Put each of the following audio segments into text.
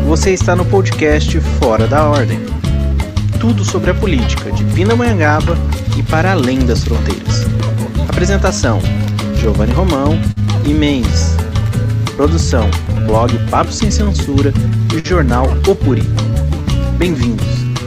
Você está no podcast Fora da Ordem. Tudo sobre a política de Pindamonhangaba e para além das fronteiras. Apresentação: Giovanni Romão e Mendes. Produção: blog Papo Sem Censura e jornal O Puri. Bem-vindos.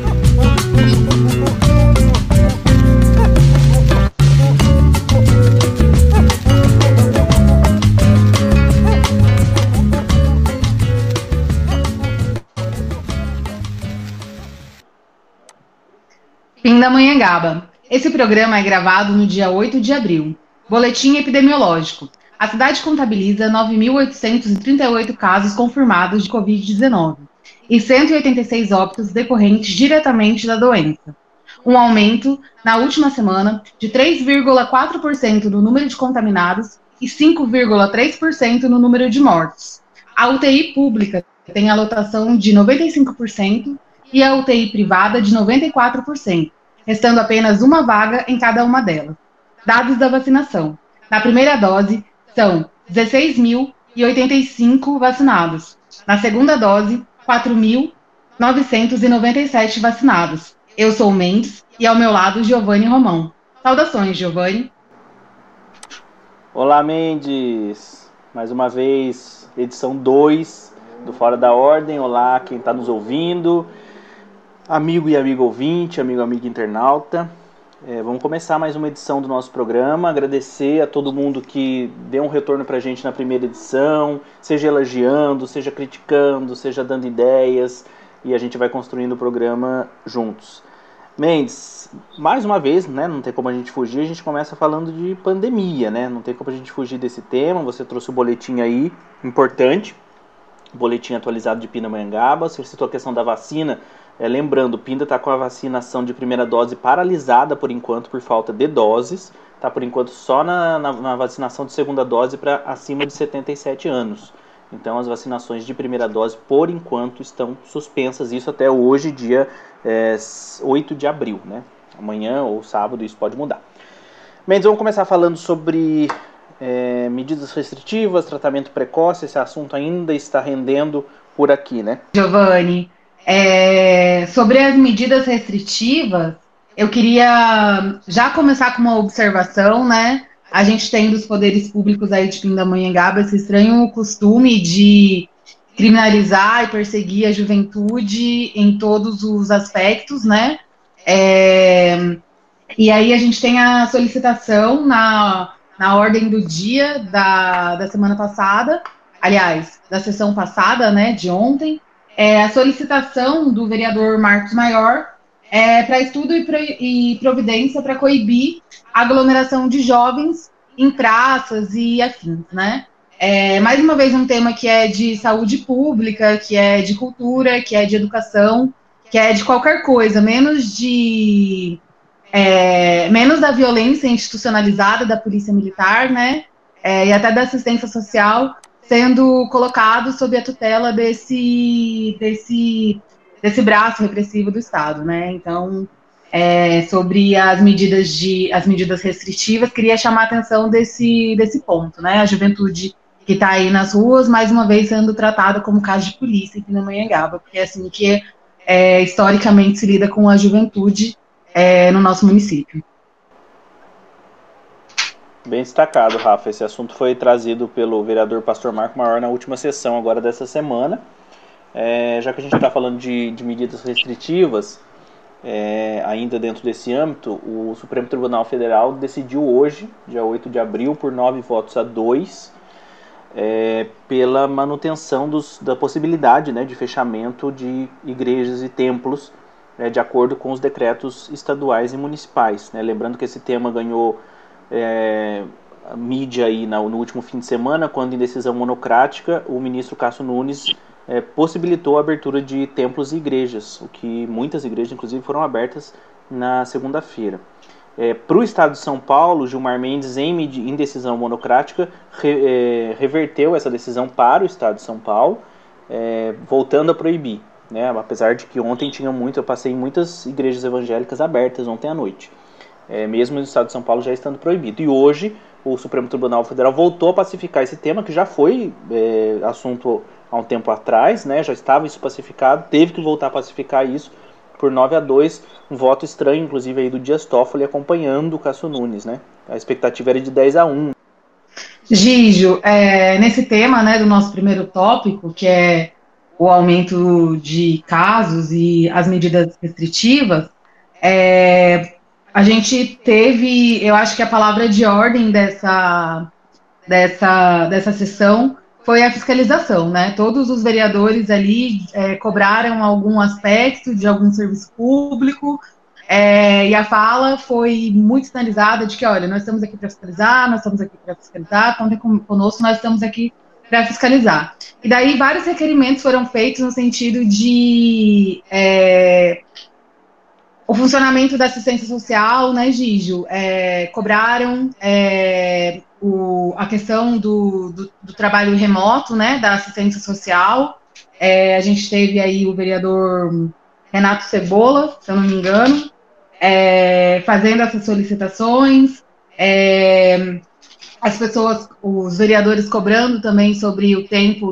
Pindamonhangaba. Esse programa é gravado no dia 8 de abril. Boletim epidemiológico. A cidade contabiliza 9.838 casos confirmados de Covid-19 e 186 óbitos decorrentes diretamente da doença. Um aumento, na última semana, de 3,4% no número de contaminados e 5,3% no número de mortos. A UTI pública tem a lotação de 95% e a UTI privada de 94%, restando apenas uma vaga em cada uma delas. Dados da vacinação. Na primeira dose, são 16.085 vacinados. Na segunda dose, 4.997 vacinados. Eu sou o Mendes e ao meu lado, Giovanni Romão. Saudações, Giovanni. Olá, Mendes. Mais uma vez, edição 2 do Fora da Ordem. Olá, quem está nos ouvindo. Amigo e amigo ouvinte, amigo internauta. Vamos começar mais uma edição do nosso programa. Agradecer a todo mundo que deu um retorno pra gente na primeira edição, seja elogiando, seja criticando, seja dando ideias, e a gente vai construindo o programa juntos. Mendes, mais uma vez, né, não tem como a gente fugir, a gente começa falando de pandemia, né? Não tem como a gente fugir desse tema. Você trouxe o boletim aí, importante, boletim atualizado de Pindamonhangaba. Você citou a questão da vacina. Lembrando, Pinda está com a vacinação de primeira dose paralisada por enquanto, por falta de doses. Está por enquanto só na vacinação de segunda dose para acima de 77 anos. Então as vacinações de primeira dose por enquanto estão suspensas. Isso até hoje, dia 8 de abril, né? Amanhã ou sábado isso pode mudar. Mendes, vamos começar falando sobre medidas restritivas, tratamento precoce. Esse assunto ainda está rendendo por aqui, né? Giovanni, sobre as medidas restritivas, eu queria já começar com uma observação, né? A gente tem dos poderes públicos aí de Pindamonhangaba esse estranho costume de criminalizar e perseguir a juventude em todos os aspectos, né? E aí a gente tem a solicitação na ordem do dia da semana passada, aliás, da sessão passada, né, de ontem, a solicitação do vereador Marcos Maior para estudo e providência para coibir a aglomeração de jovens em praças e afins, né? Mais uma vez um tema que é de saúde pública, que é de cultura, que é de educação, que é de qualquer coisa, menos da violência institucionalizada da polícia militar, né? E até da assistência social, sendo colocado sob a tutela desse braço repressivo do Estado, né? Então, sobre as medidas restritivas, queria chamar a atenção desse ponto, né? A juventude que está aí nas ruas, mais uma vez sendo tratada como caso de polícia em Pindamonhangaba, porque é assim que historicamente se lida com a juventude no nosso município. Bem destacado, Rafa. Esse assunto foi trazido pelo vereador Pastor Marco Maior na última sessão agora dessa semana. Já que a gente está falando de medidas restritivas, ainda dentro desse âmbito, o Supremo Tribunal Federal decidiu hoje, dia 8 de abril, por 9-2, pela manutenção da possibilidade, né, de fechamento de igrejas e templos, de acordo com os decretos estaduais e municipais, né? Lembrando que esse tema ganhou a mídia aí no último fim de semana, quando em decisão monocrática o ministro Cássio Nunes possibilitou a abertura de templos e igrejas, o que muitas igrejas inclusive foram abertas na segunda-feira. Para o estado de São Paulo, Gilmar Mendes, em decisão monocrática, reverteu essa decisão para o estado de São Paulo, voltando a proibir, né? Apesar de que ontem eu passei em muitas igrejas evangélicas abertas ontem à noite. Mesmo no estado de São Paulo já estando proibido. E hoje o Supremo Tribunal Federal voltou a pacificar esse tema, que já foi assunto há um tempo atrás, né? Já estava isso pacificado, teve que voltar a pacificar isso por 9-2, um voto estranho, inclusive, aí do Dias Toffoli acompanhando o Cássio Nunes, né? A expectativa era de 10-1. Gijo, nesse tema, né, do nosso primeiro tópico, que é o aumento de casos e as medidas restritivas, a gente teve, eu acho que a palavra de ordem dessa sessão foi a fiscalização, né? Todos os vereadores ali cobraram algum aspecto de algum serviço público, e a fala foi muito sinalizada de que, olha, nós estamos aqui para fiscalizar, contem conosco, nós estamos aqui para fiscalizar. E daí vários requerimentos foram feitos no sentido de o funcionamento da assistência social, né, Gijo? Cobraram a questão do trabalho remoto, né, da assistência social. A gente teve aí o vereador Renato Cebola, se eu não me engano, fazendo essas solicitações, as pessoas, os vereadores cobrando também sobre o tempo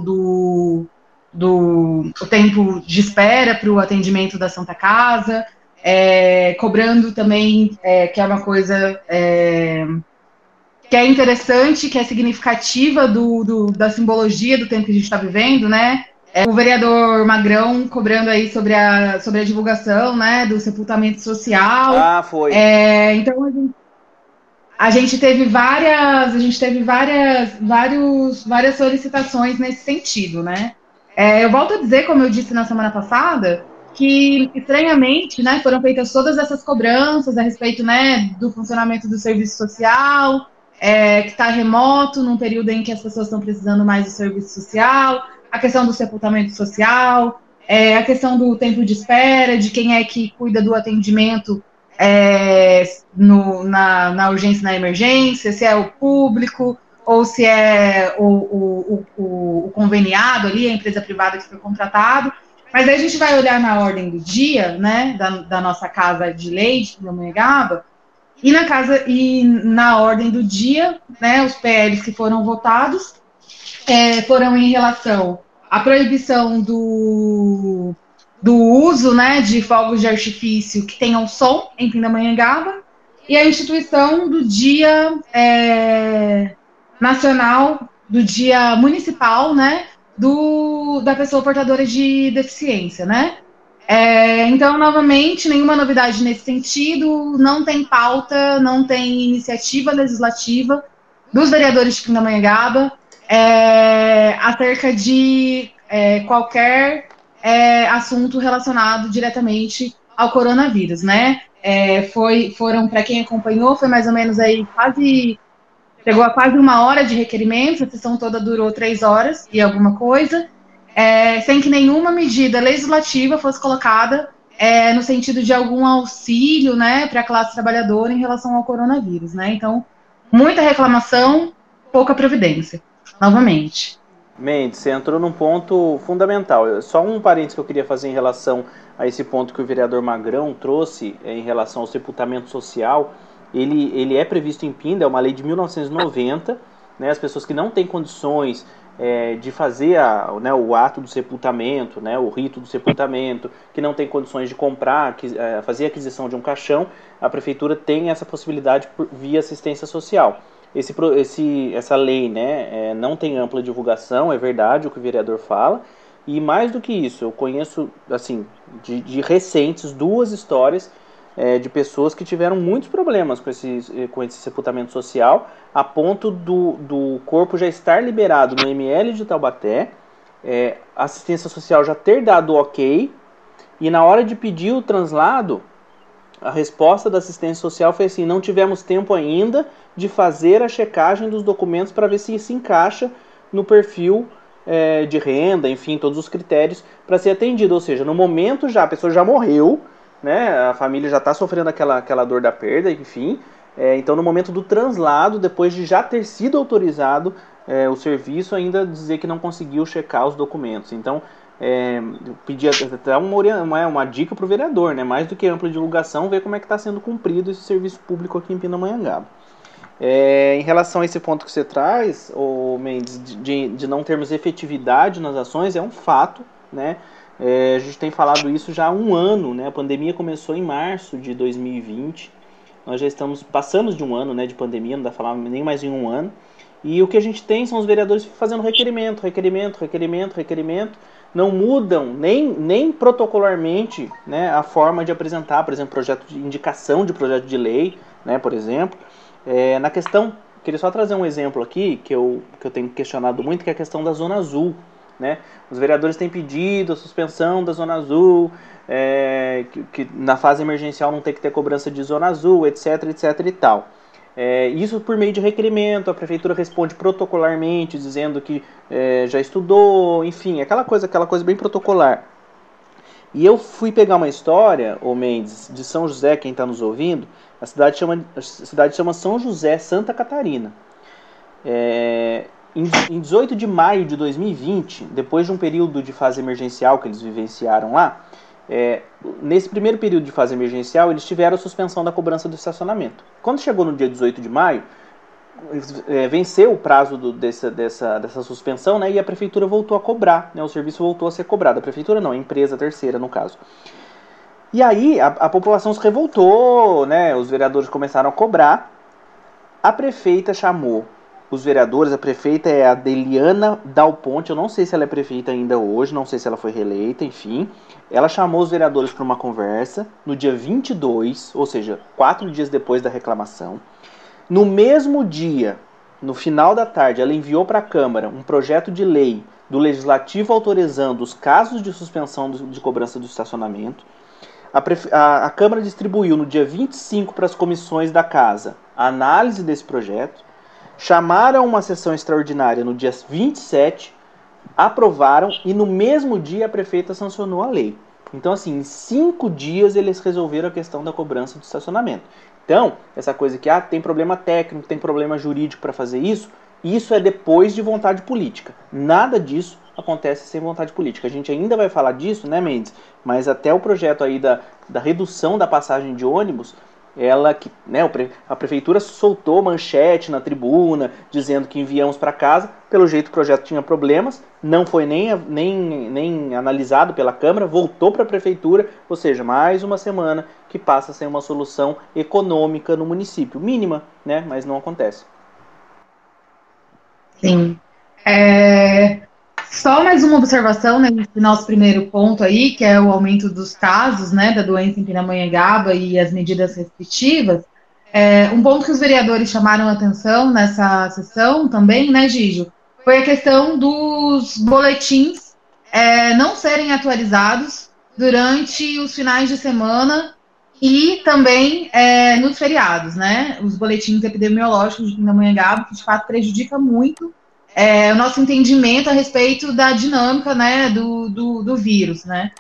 o tempo de espera para o atendimento da Santa Casa, cobrando também, que é uma coisa que é interessante, que é significativa da simbologia do tempo que a gente está vivendo, né? O vereador Magrão cobrando aí sobre a divulgação, né, do sepultamento social. Ah, foi. Então a gente teve várias solicitações nesse sentido, né? Eu volto a dizer, como eu disse na semana passada, que estranhamente, né, foram feitas todas essas cobranças a respeito, né, do funcionamento do serviço social, que está remoto, num período em que as pessoas estão precisando mais do serviço social, a questão do sepultamento social, a questão do tempo de espera, de quem é que cuida do atendimento na urgência e na emergência, se é o público ou se é o conveniado ali, a empresa privada que foi contratado. Mas aí a gente vai olhar na ordem do dia, né, da nossa casa de lei de Pindamonhangaba, e na ordem do dia, né, os PLs que foram votados foram em relação à proibição do uso, né, de fogos de artifício que tenham som em Pindamonhangaba e a instituição do Dia Nacional, do Dia Municipal, né, da pessoa portadora de deficiência, né? Então, novamente, nenhuma novidade nesse sentido, não tem pauta, não tem iniciativa legislativa dos vereadores de Pindamonhangaba acerca de qualquer assunto relacionado diretamente ao coronavírus, né? Foram, para quem acompanhou, foi mais ou menos aí chegou a quase 1 hora de requerimentos, a sessão toda durou 3 horas e alguma coisa, sem que nenhuma medida legislativa fosse colocada no sentido de algum auxílio, né, para a classe trabalhadora em relação ao coronavírus, né? Então, muita reclamação, pouca providência, novamente. Mendes, você entrou num ponto fundamental. Só um parênteses que eu queria fazer em relação a esse ponto que o vereador Magrão trouxe em relação ao sepultamento social. Ele é previsto em Pinda, é uma lei de 1990, né, as pessoas que não têm condições de fazer o ato do sepultamento, né, o rito do sepultamento, que não tem condições de comprar, fazer a aquisição de um caixão, a prefeitura tem essa possibilidade via assistência social. Essa lei, né, não tem ampla divulgação, é verdade o que o vereador fala, e mais do que isso, eu conheço assim, de recentes 2 histórias de pessoas que tiveram muitos problemas com esse sepultamento social, a ponto do corpo já estar liberado no ML de Taubaté, a assistência social já ter dado ok, e na hora de pedir o translado, a resposta da assistência social foi assim: não tivemos tempo ainda de fazer a checagem dos documentos para ver se se encaixa no perfil de renda, enfim, todos os critérios para ser atendido. Ou seja, no momento a pessoa já morreu, né, a família já está sofrendo aquela dor da perda, enfim. Então, no momento do translado, depois de já ter sido autorizado o serviço, ainda dizer que não conseguiu checar os documentos. Então, eu pedi até uma dica para o vereador, né, mais do que ampla divulgação, ver como é que está sendo cumprido esse serviço público aqui em Pindamonhangaba. Em relação a esse ponto que você traz, Mendes, de não termos efetividade nas ações, é um fato, né? A gente tem falado isso já há um ano, né? A pandemia começou em março de 2020, nós já passamos de um ano, né, de pandemia, não dá pra falar nem mais em um ano, e o que a gente tem são os vereadores fazendo requerimento, não mudam nem protocolarmente, né, a forma de apresentar, por exemplo, projeto de indicação de projeto de lei, né, por exemplo. Na questão, queria só trazer um exemplo aqui, que eu tenho questionado muito, que é a questão da Zona Azul, né? Os vereadores têm pedido a suspensão da Zona Azul, que na fase emergencial não tem que ter cobrança de Zona Azul, etc e tal. Isso por meio de requerimento, a prefeitura responde protocolarmente, dizendo que já estudou, enfim, aquela coisa bem protocolar. E eu fui pegar uma história, Mendes, de São José, quem está nos ouvindo, a cidade chama São José, Santa Catarina. Em 18 de maio de 2020, depois de um período de fase emergencial que eles vivenciaram lá, nesse primeiro período de fase emergencial, eles tiveram a suspensão da cobrança do estacionamento. Quando chegou no dia 18 de maio, venceu o prazo dessa suspensão, né, e a prefeitura voltou a cobrar, né, o serviço voltou a ser cobrado. A prefeitura não, a empresa terceira, no caso. E aí a população se revoltou, né, os vereadores começaram a cobrar. A prefeita chamou os vereadores, a prefeita é a Deliana Dal Ponte, eu não sei se ela é prefeita ainda hoje, não sei se ela foi reeleita, enfim. Ela chamou os vereadores para uma conversa no dia 22, ou seja, 4 dias depois da reclamação. No mesmo dia, no final da tarde, ela enviou para a Câmara um projeto de lei do Legislativo autorizando os casos de suspensão de cobrança do estacionamento. A Câmara distribuiu no dia 25 para as comissões da Casa a análise desse projeto. Chamaram uma sessão extraordinária no dia 27, aprovaram e no mesmo dia a prefeita sancionou a lei. Então, assim, em 5 dias eles resolveram a questão da cobrança do estacionamento. Então, essa coisa que tem problema técnico, tem problema jurídico para fazer isso é depois de vontade política. Nada disso acontece sem vontade política. A gente ainda vai falar disso, né, Mendes? Mas até o projeto aí da redução da passagem de ônibus, a prefeitura soltou manchete na tribuna, dizendo que enviamos para casa. Pelo jeito o projeto tinha problemas, não foi nem analisado pela Câmara, voltou para a prefeitura, ou seja, mais uma semana que passa sem uma solução econômica no município. Mínima, né? Mas não acontece. Sim. Só mais uma observação, né, no nosso primeiro ponto aí, que é o aumento dos casos, né, da doença em Pindamonhangaba e as medidas restritivas. Um ponto que os vereadores chamaram a atenção nessa sessão também, né, Gijo, foi a questão dos boletins não serem atualizados durante os finais de semana e também nos feriados, né, os boletins epidemiológicos de Pindamonhangaba, que de fato prejudica muito o nosso entendimento a respeito da dinâmica, né, do vírus, né.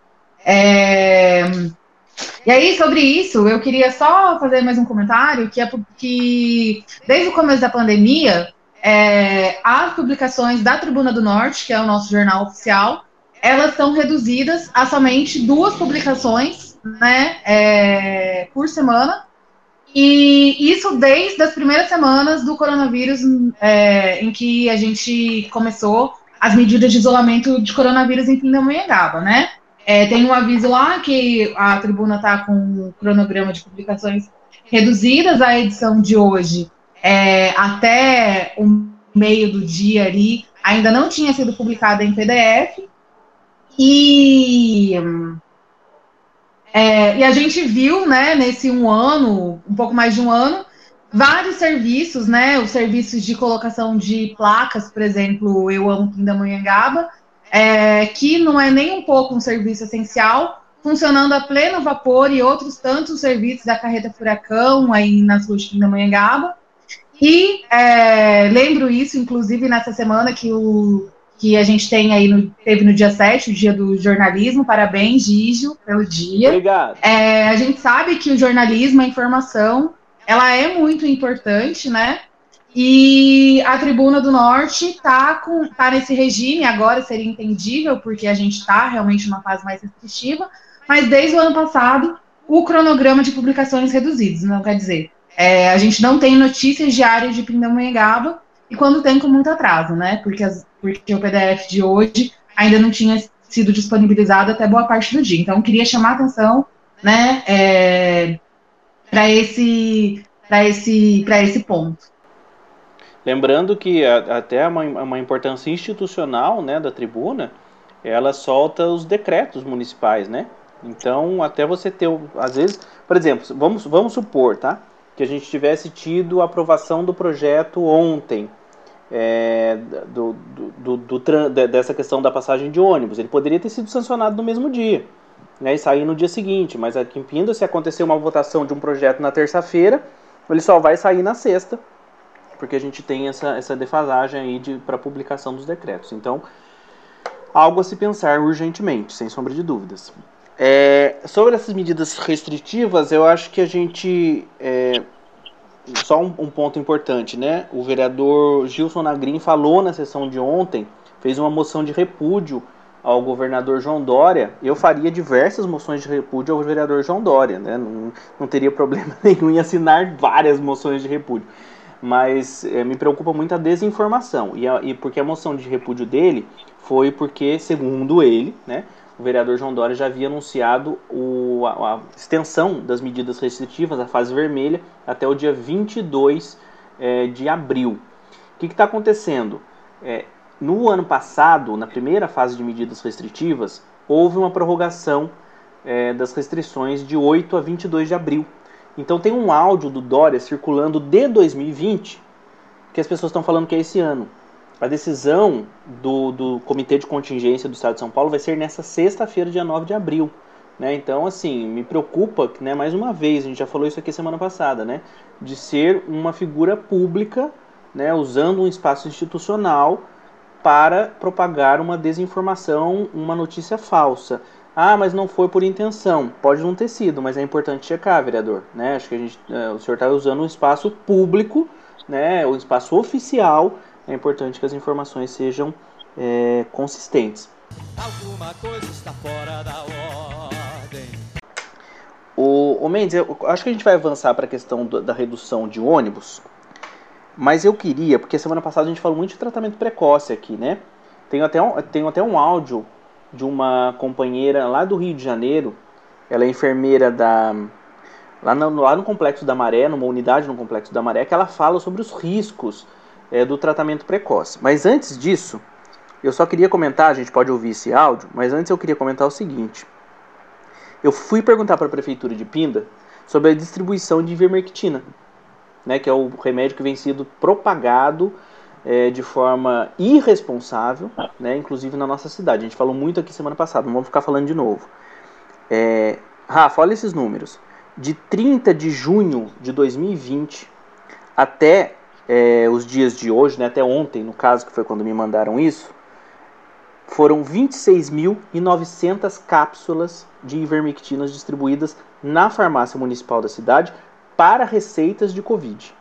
E aí, sobre isso, eu queria só fazer mais um comentário, que desde o começo da pandemia, as publicações da Tribuna do Norte, que é o nosso jornal oficial, elas são reduzidas a somente 2 publicações, né, por semana. E isso desde as primeiras semanas do coronavírus, em que a gente começou as medidas de isolamento de coronavírus em Pindamonhangaba, né? Tem um aviso lá que a Tribuna está com um cronograma de publicações reduzidas. A edição de hoje, até o meio do dia ali, ainda não tinha sido publicada em PDF. E a gente viu, né, nesse um pouco mais de um ano, vários serviços, né, os serviços de colocação de placas, por exemplo, Eu Amo Pindamonhangaba, que não é nem um pouco um serviço essencial, funcionando a pleno vapor, e outros tantos serviços da Carreta Furacão aí nas ruas de Pindamonhangaba. E lembro isso, inclusive, nessa semana que a gente teve no dia 7, o dia do jornalismo. Parabéns, Gijo, pelo dia. Obrigado. A gente sabe que o jornalismo, a informação, ela é muito importante, né? E a Tribuna do Norte tá nesse regime, agora seria entendível, porque a gente está realmente numa fase mais restritiva, mas desde o ano passado, o cronograma de publicações reduzidos, não quer dizer, A gente não tem notícias diárias de Pindamonhangaba, e quando tem, com muito atraso, né? Porque o PDF de hoje ainda não tinha sido disponibilizado até boa parte do dia. Então, eu queria chamar a atenção, né, para esse ponto. Lembrando que até uma importância institucional, né, da tribuna, ela solta os decretos municipais, né? Então, até você ter, às vezes, por exemplo, vamos supor, tá, que a gente tivesse tido a aprovação do projeto ontem, dessa questão da passagem de ônibus. Ele poderia ter sido sancionado no mesmo dia, né, e sair no dia seguinte, mas aqui em Pinda, se acontecer uma votação de um projeto na terça-feira, ele só vai sair na sexta, porque a gente tem essa defasagem aí para publicação dos decretos. Então, algo a se pensar urgentemente, sem sombra de dúvidas. Sobre essas medidas restritivas, eu acho que a gente... só um ponto importante, né? O vereador Gilson Nagrin falou na sessão de ontem, fez uma moção de repúdio ao governador João Dória. Eu faria diversas moções de repúdio ao vereador João Dória, né? Não teria problema nenhum em assinar várias moções de repúdio. Mas me preocupa muito a desinformação. E porque a moção de repúdio dele foi porque, segundo ele, né, o vereador João Dória já havia anunciado a extensão das medidas restritivas, a fase vermelha, até o dia 22 de abril. O que está acontecendo? No ano passado, na primeira fase de medidas restritivas, houve uma prorrogação das restrições de 8 a 22 de abril. Então tem um áudio do Dória circulando de 2020, que as pessoas estão falando que é esse ano. A decisão do Comitê de Contingência do Estado de São Paulo vai ser nessa sexta-feira, dia 9 de abril. Né? Então, assim, me preocupa, né, mais uma vez, a gente já falou isso aqui semana passada, né, de ser uma figura pública, né, usando um espaço institucional para propagar uma desinformação, uma notícia falsa. Ah, mas não foi por intenção. Pode não ter sido, mas é importante checar, vereador. Né? Acho que o senhor está usando um espaço público, né, o espaço oficial. É importante que as informações sejam consistentes. Alguma coisa está fora da ordem. O Mendes, eu acho que a gente vai avançar para a questão da redução de ônibus, mas eu queria, porque semana passada a gente falou muito de tratamento precoce aqui, né? Tenho até um áudio de uma companheira lá do Rio de Janeiro. Ela é enfermeira lá no Complexo da Maré, numa unidade no Complexo da Maré, que ela fala sobre os riscos do tratamento precoce. Mas antes disso, eu só queria comentar, a gente pode ouvir esse áudio, mas antes eu queria comentar o seguinte. Eu fui perguntar para a Prefeitura de Pinda sobre a distribuição de ivermectina, né, que é o remédio que vem sendo propagado de forma irresponsável, né, inclusive na nossa cidade. A gente falou muito aqui semana passada, não vamos ficar falando de novo. Rafa, olha esses números. De 30 de junho de 2020 até os dias de hoje, né, até ontem, no caso, que foi quando me mandaram isso, foram 26.900 cápsulas de ivermectinas distribuídas na farmácia municipal da cidade para receitas de Covid.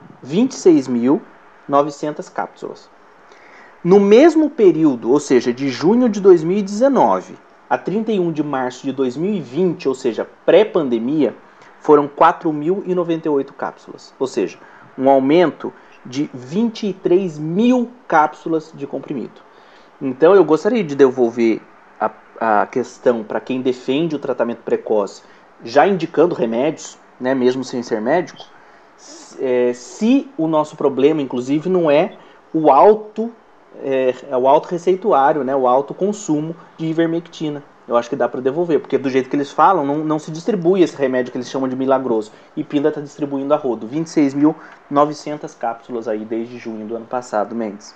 26.900 cápsulas. No mesmo período, ou seja, de junho de 2019 a 31 de março de 2020, ou seja, pré-pandemia, foram 4.098 cápsulas. Ou seja, um aumento de 23 mil cápsulas de comprimido. Então eu gostaria de devolver a questão para quem defende o tratamento precoce, já indicando remédios, né, mesmo sem ser médico, se o nosso problema, inclusive, não é o alto receituário, né, o alto consumo de ivermectina. Eu acho que dá para devolver, porque do jeito que eles falam, não se distribui esse remédio que eles chamam de milagroso. E Pinda está distribuindo a rodo. 26.900 cápsulas aí desde junho do ano passado, Mendes.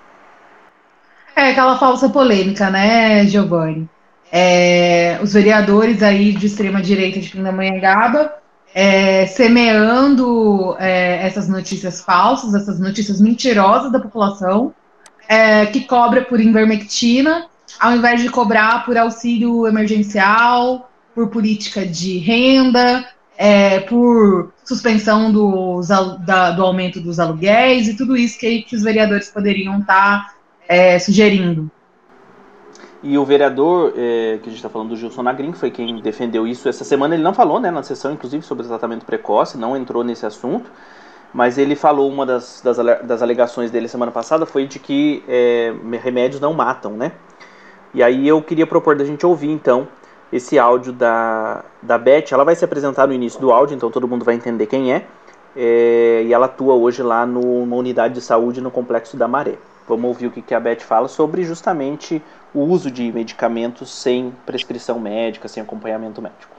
Aquela falsa polêmica, né, Giovanni? Os vereadores aí de extrema-direita de Pindamonhangaba semeando essas notícias falsas, essas notícias mentirosas da população, que cobra por ivermectina, ao invés de cobrar por auxílio emergencial, por política de renda, por suspensão do aumento dos aluguéis e tudo isso que os vereadores poderiam estar sugerindo. E o vereador, que a gente está falando do Gilson Nagrin, que foi quem defendeu isso essa semana, ele não falou, né, na sessão, inclusive, sobre o tratamento precoce, não entrou nesse assunto, mas ele falou, uma das alegações dele semana passada foi de que remédios não matam, né? E aí eu queria propor da gente ouvir, então, esse áudio da Beth. Ela vai se apresentar no início do áudio, então todo mundo vai entender quem é. E ela atua hoje lá numa unidade de saúde no Complexo da Maré. Vamos ouvir o que a Beth fala sobre justamente o uso de medicamentos sem prescrição médica, sem acompanhamento médico.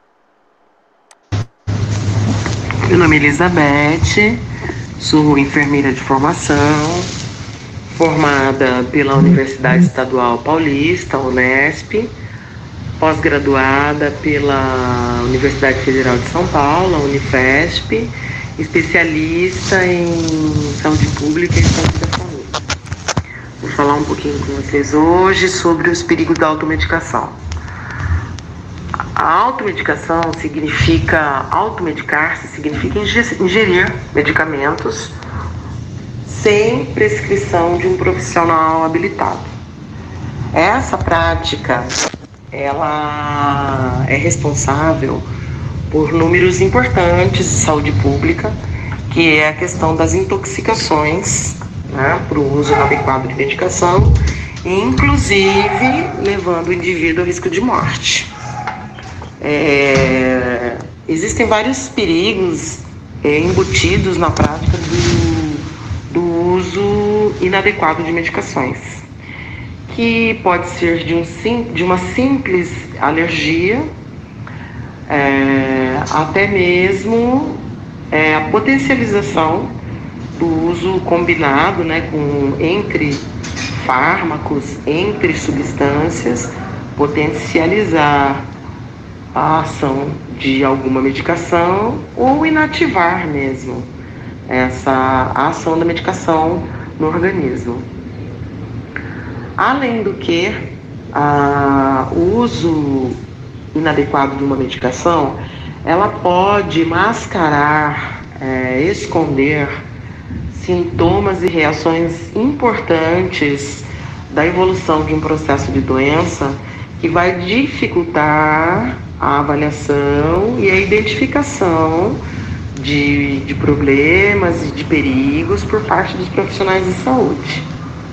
Meu nome é Elizabeth, sou enfermeira de formação, formada pela Universidade Estadual Paulista, Unesp, pós-graduada pela Universidade Federal de São Paulo, a Unifesp, especialista em saúde pública e saúde da saúde. Vou falar um pouquinho com vocês hoje sobre os perigos da automedicação. A automedicação significa, automedicar-se significa ingerir medicamentos sem prescrição de um profissional habilitado. Essa prática, ela é responsável por números importantes de saúde pública, que é a questão das intoxicações, né, para o uso inadequado de medicação, inclusive levando o indivíduo ao risco de morte. Existem vários perigos embutidos na prática do uso inadequado de medicações, que pode ser de uma simples alergia, até mesmo a potencialização do uso combinado, né, entre fármacos, entre substâncias, potencializar a ação de alguma medicação ou inativar mesmo essa ação da medicação no organismo. Além do que, o uso inadequado de uma medicação, ela pode mascarar, esconder sintomas e reações importantes da evolução de um processo de doença que vai dificultar a avaliação e a identificação de problemas e de perigos por parte dos profissionais de saúde.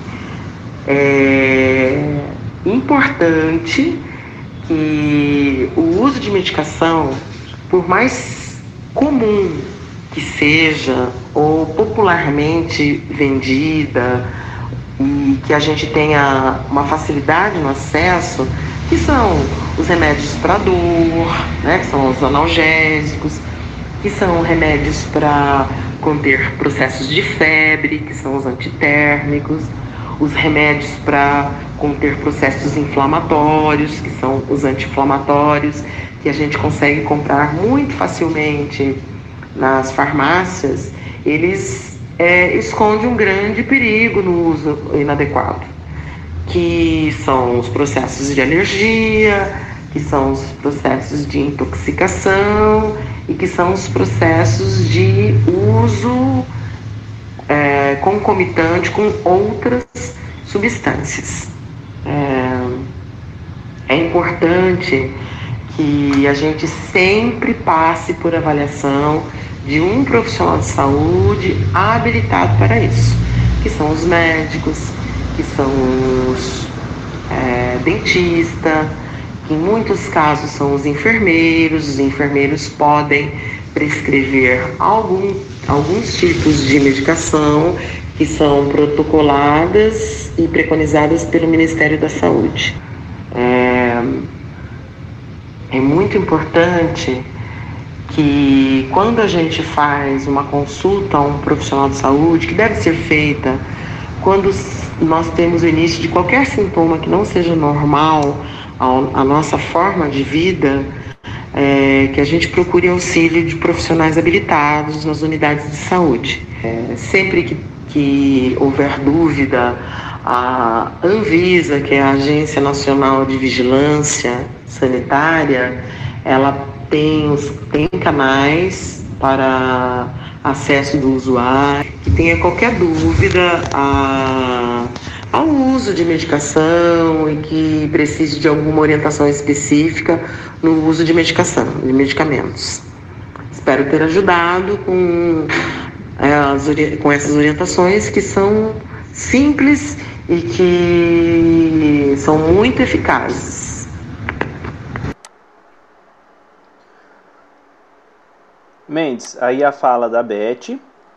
É importante que o uso de medicação, por mais comum que seja, ou popularmente vendida, e que a gente tenha uma facilidade no acesso, que são os remédios para dor, né, que são os analgésicos, que são remédios para conter processos de febre, que são os antitérmicos, os remédios para conter processos inflamatórios, que são os anti-inflamatórios, que a gente consegue comprar muito facilmente nas farmácias. Eles escondem um grande perigo no uso inadequado, que são os processos de alergia, que são os processos de intoxicação e que são os processos de uso concomitante com outras substâncias. É importante que a gente sempre passe por avaliação de um profissional de saúde habilitado para isso, que são os médicos, que são os dentistas, que em muitos casos são os enfermeiros. Os enfermeiros podem prescrever alguns tipos de medicação que são protocoladas e preconizadas pelo Ministério da Saúde. É muito importante que quando a gente faz uma consulta a um profissional de saúde, que deve ser feita quando nós temos o início de qualquer sintoma que não seja normal à nossa forma de vida, que a gente procure auxílio de profissionais habilitados nas unidades de saúde. Sempre que houver dúvida, a Anvisa, que é a Agência Nacional de Vigilância Sanitária, ela tem canais para acesso do usuário que tenha qualquer dúvida ao uso uso de medicação e que precise de alguma orientação específica no uso de medicação, de medicamentos. Espero ter ajudado com essas orientações que são simples e que são muito eficazes. Mendes, aí a fala da Beth.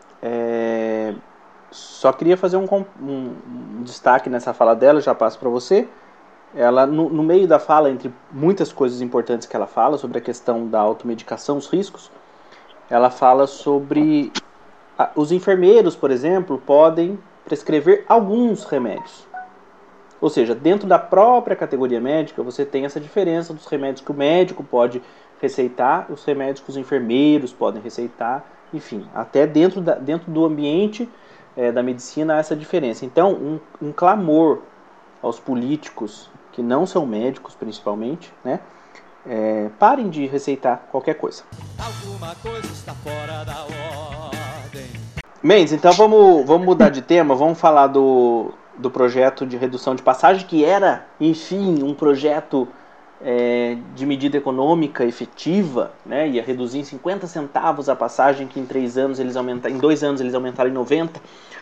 Só queria fazer um destaque nessa fala dela, já passo para você. Ela, no meio da fala, entre muitas coisas importantes que ela fala, sobre a questão da automedicação, os riscos, ela fala sobre os enfermeiros, por exemplo, podem prescrever alguns remédios. Ou seja, dentro da própria categoria médica, você tem essa diferença dos remédios que o médico pode receitar, os remédios que os enfermeiros podem receitar, enfim, até dentro do ambiente da medicina há essa diferença. Então, um clamor aos políticos, que não são médicos principalmente, né? Parem de receitar qualquer coisa. Alguma coisa está fora da ordem. Mendes, então vamos mudar de tema, vamos falar do projeto de redução de passagem, que era, enfim, um projeto de medida econômica efetiva, né? Ia reduzir em 50 centavos a passagem, que em 2 anos eles aumentaram em 90,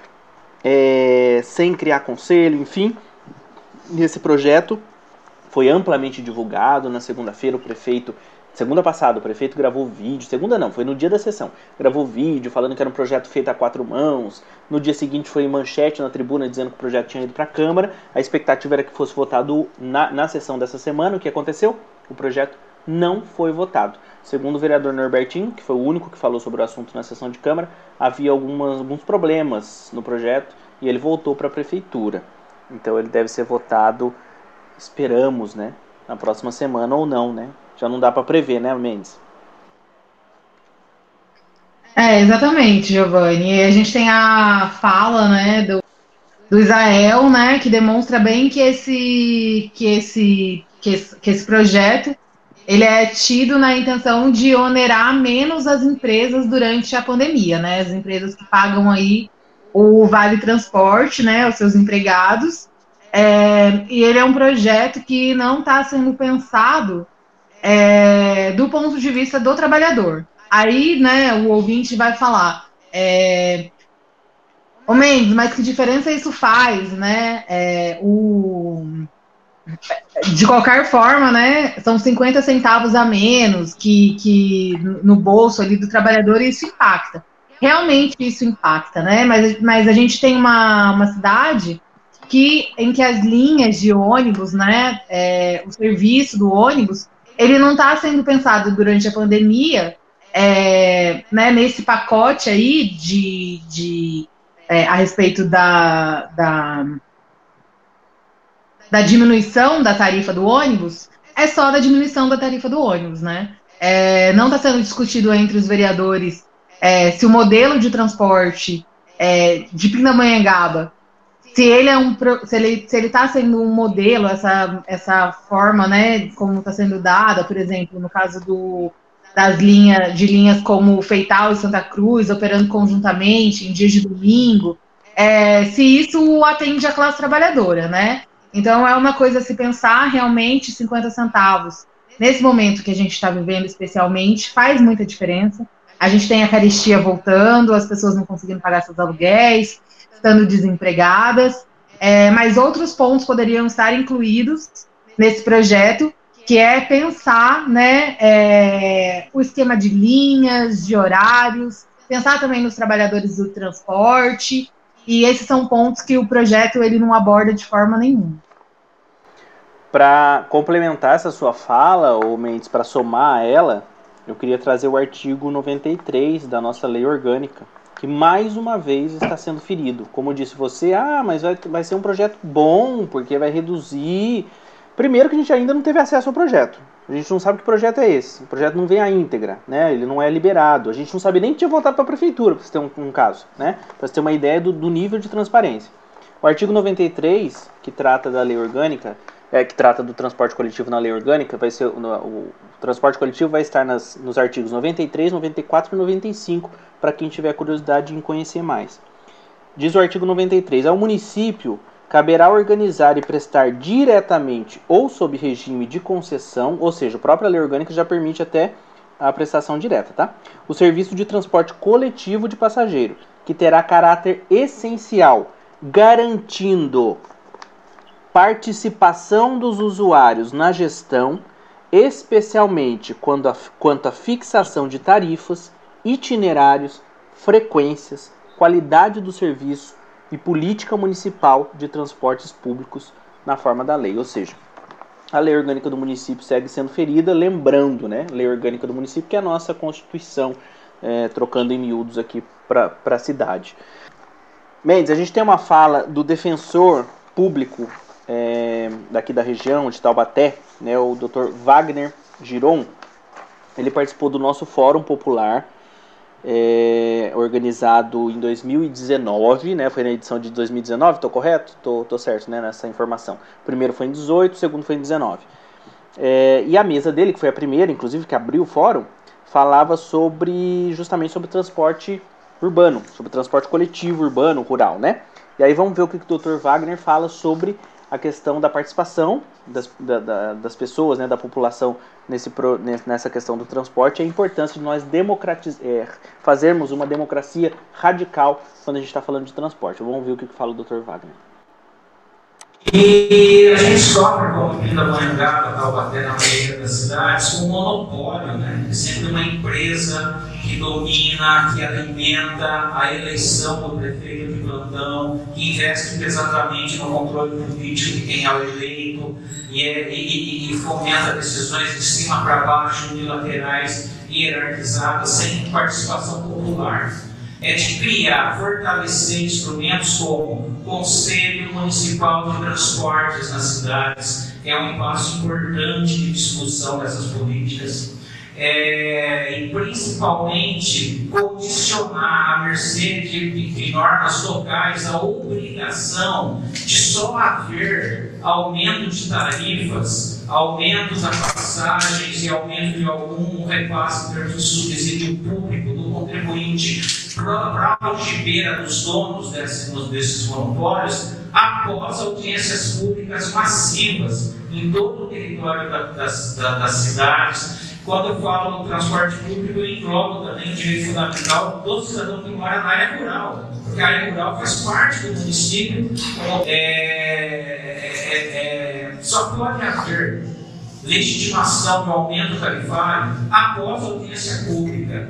sem criar conselho, enfim. Esse projeto foi amplamente divulgado. Na segunda-feira, segunda passada, o prefeito gravou vídeo, segunda não, foi no dia da sessão, gravou vídeo falando que era um projeto feito a 4 mãos. No dia seguinte foi manchete na tribuna dizendo que o projeto tinha ido para a Câmara. A expectativa era que fosse votado na sessão dessa semana. O que aconteceu? O projeto não foi votado. Segundo o vereador Norbertinho, que foi o único que falou sobre o assunto na sessão de Câmara, havia alguns problemas no projeto e ele voltou para a prefeitura. Então ele deve ser votado, esperamos, né, na próxima semana ou não, né? Já não dá para prever, né, Mendes? Exatamente, Giovanni. E a gente tem a fala, né, do Israel, né, que demonstra bem que esse projeto ele é tido na intenção de onerar menos as empresas durante a pandemia, né? As empresas que pagam aí o Vale Transporte, né, os seus empregados. E ele é um projeto que não está sendo pensado do ponto de vista do trabalhador. Aí, né, o ouvinte vai falar, ô Mendes, mas que diferença isso faz, né? De qualquer forma, né, são 50 centavos a menos que no bolso ali do trabalhador, e isso impacta. Realmente isso impacta, né? Mas a gente tem uma cidade em que as linhas de ônibus, né, o serviço do ônibus, ele não está sendo pensado durante a pandemia, né, nesse pacote aí a respeito da diminuição da tarifa do ônibus, é só da diminuição da tarifa do ônibus, né? Não está sendo discutido entre os vereadores se o modelo de transporte de Pindamonhangaba, se ele está sendo um modelo, essa forma, né, como está sendo dada, por exemplo, no caso das linhas como Feital e Santa Cruz, operando conjuntamente em dias de domingo, se isso atende à classe trabalhadora, né? Então é uma coisa a se pensar, realmente 50 centavos, nesse momento que a gente está vivendo especialmente, faz muita diferença. A gente tem a carestia voltando, as pessoas não conseguindo pagar seus aluguéis, estando desempregadas, mas outros pontos poderiam estar incluídos nesse projeto, que é pensar, né, o esquema de linhas, de horários, pensar também nos trabalhadores do transporte, e esses são pontos que o projeto ele não aborda de forma nenhuma. Para complementar essa sua fala, ou Mendes, para somar a ela, eu queria trazer o artigo 93 da nossa lei orgânica, que mais uma vez está sendo ferido. Como disse você, mas vai ser um projeto bom, porque vai reduzir. Primeiro que a gente ainda não teve acesso ao projeto. A gente não sabe que projeto é esse. O projeto não vem à íntegra, né? Ele não é liberado. A gente não sabe nem que tinha voltado para a prefeitura, para você ter um caso, né? Para você ter uma ideia do nível de transparência. O artigo 93, que trata da lei orgânica, que trata do transporte coletivo na lei orgânica, vai ser o transporte coletivo vai estar nos artigos 93, 94 e 95, para quem tiver curiosidade em conhecer mais. Diz o artigo 93, ao município caberá organizar e prestar diretamente ou sob regime de concessão, ou seja, a própria lei orgânica já permite até a prestação direta, tá? O serviço de transporte coletivo de passageiro, que terá caráter essencial, garantindo participação dos usuários na gestão, especialmente quanto à fixação de tarifas, itinerários, frequências, qualidade do serviço e política municipal de transportes públicos na forma da lei. Ou seja, a lei orgânica do município segue sendo ferida, lembrando, né, lei orgânica do município, que é a nossa Constituição, trocando em miúdos aqui para a cidade. Mendes, a gente tem uma fala do defensor público daqui da região de Taubaté, né, o Dr. Wagner Giron. Ele participou do nosso Fórum Popular, organizado em 2019, né? Foi na edição de 2019, tô correto? Tô certo, né, nessa informação. O primeiro foi em 18, o segundo foi em 19. E a mesa dele, que foi a primeira, inclusive, que abriu o fórum, falava justamente sobre transporte urbano, sobre transporte coletivo urbano, rural, né? E aí vamos ver o que o Dr. Wagner fala sobre a questão da participação das pessoas, né, da população nessa questão do transporte, e a importância de nós fazermos uma democracia radical quando a gente está falando de transporte. Vamos ver o que fala o Dr. Wagner. E a gente sofre, como Pindamonhangaba, Taubaté, na maioria das cidades, com um monopólio, né? É sempre uma empresa que domina, que alimenta a eleição do prefeito de plantão, que investe pesadamente no controle político de quem é o eleito e fomenta decisões de cima para baixo, unilaterais, hierarquizadas, sem participação popular. É de criar, fortalecer instrumentos como Conselho Municipal de Transportes nas cidades, que é um passo importante de discussão dessas políticas, e principalmente condicionar à mercê de normas locais a obrigação de só haver aumento de tarifas, aumento das passagens e aumento de algum repasse em termos de subsídio público do contribuinte para a algibeira dos donos desses monopólios, após audiências públicas massivas em todo o território das cidades. Quando eu falo do transporte público, eu englobo também o direito fundamental do cidadão que mora na área rural, porque a área rural faz parte do município. Só pode haver legitimação do aumento tarifário após a audiência pública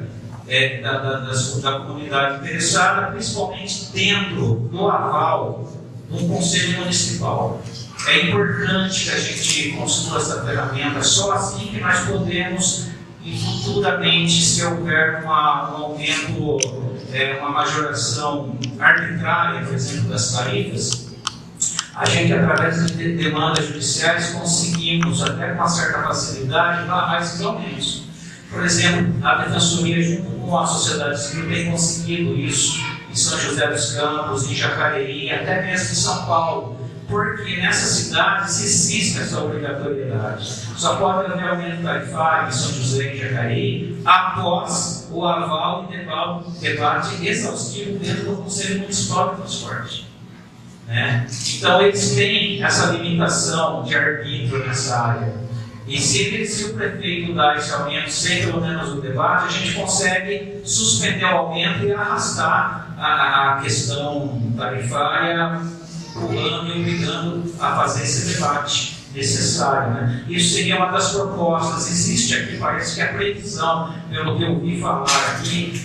da comunidade interessada, principalmente dentro do aval do Conselho Municipal. É importante que a gente construa essa ferramenta, só assim que nós podemos, e futuramente, se houver um aumento, uma majoração arbitrária, por exemplo, das tarifas, a gente, através de demandas judiciais, conseguimos, até com uma certa facilidade, barrar esses aumentos. Por exemplo, a Defensoria, junto com a sociedade civil, tem conseguido isso em São José dos Campos, em Jacareí, até mesmo em São Paulo, porque nessas cidades existe essa obrigatoriedade. Só pode haver aumento tarifário em São José e Jacareí após o aval e debate exaustivo dentro do Conselho Municipal de Transporte. Né? Então, eles têm essa limitação de arbítrio nessa área. E se o prefeito dá esse aumento sem pelo menos o debate, a gente consegue suspender o aumento e arrastar a questão tarifária, pulando e obrigando a fazer esse debate necessário. Né? Isso seria uma das propostas. Existe aqui, parece que a previsão, pelo que eu ouvi falar aqui,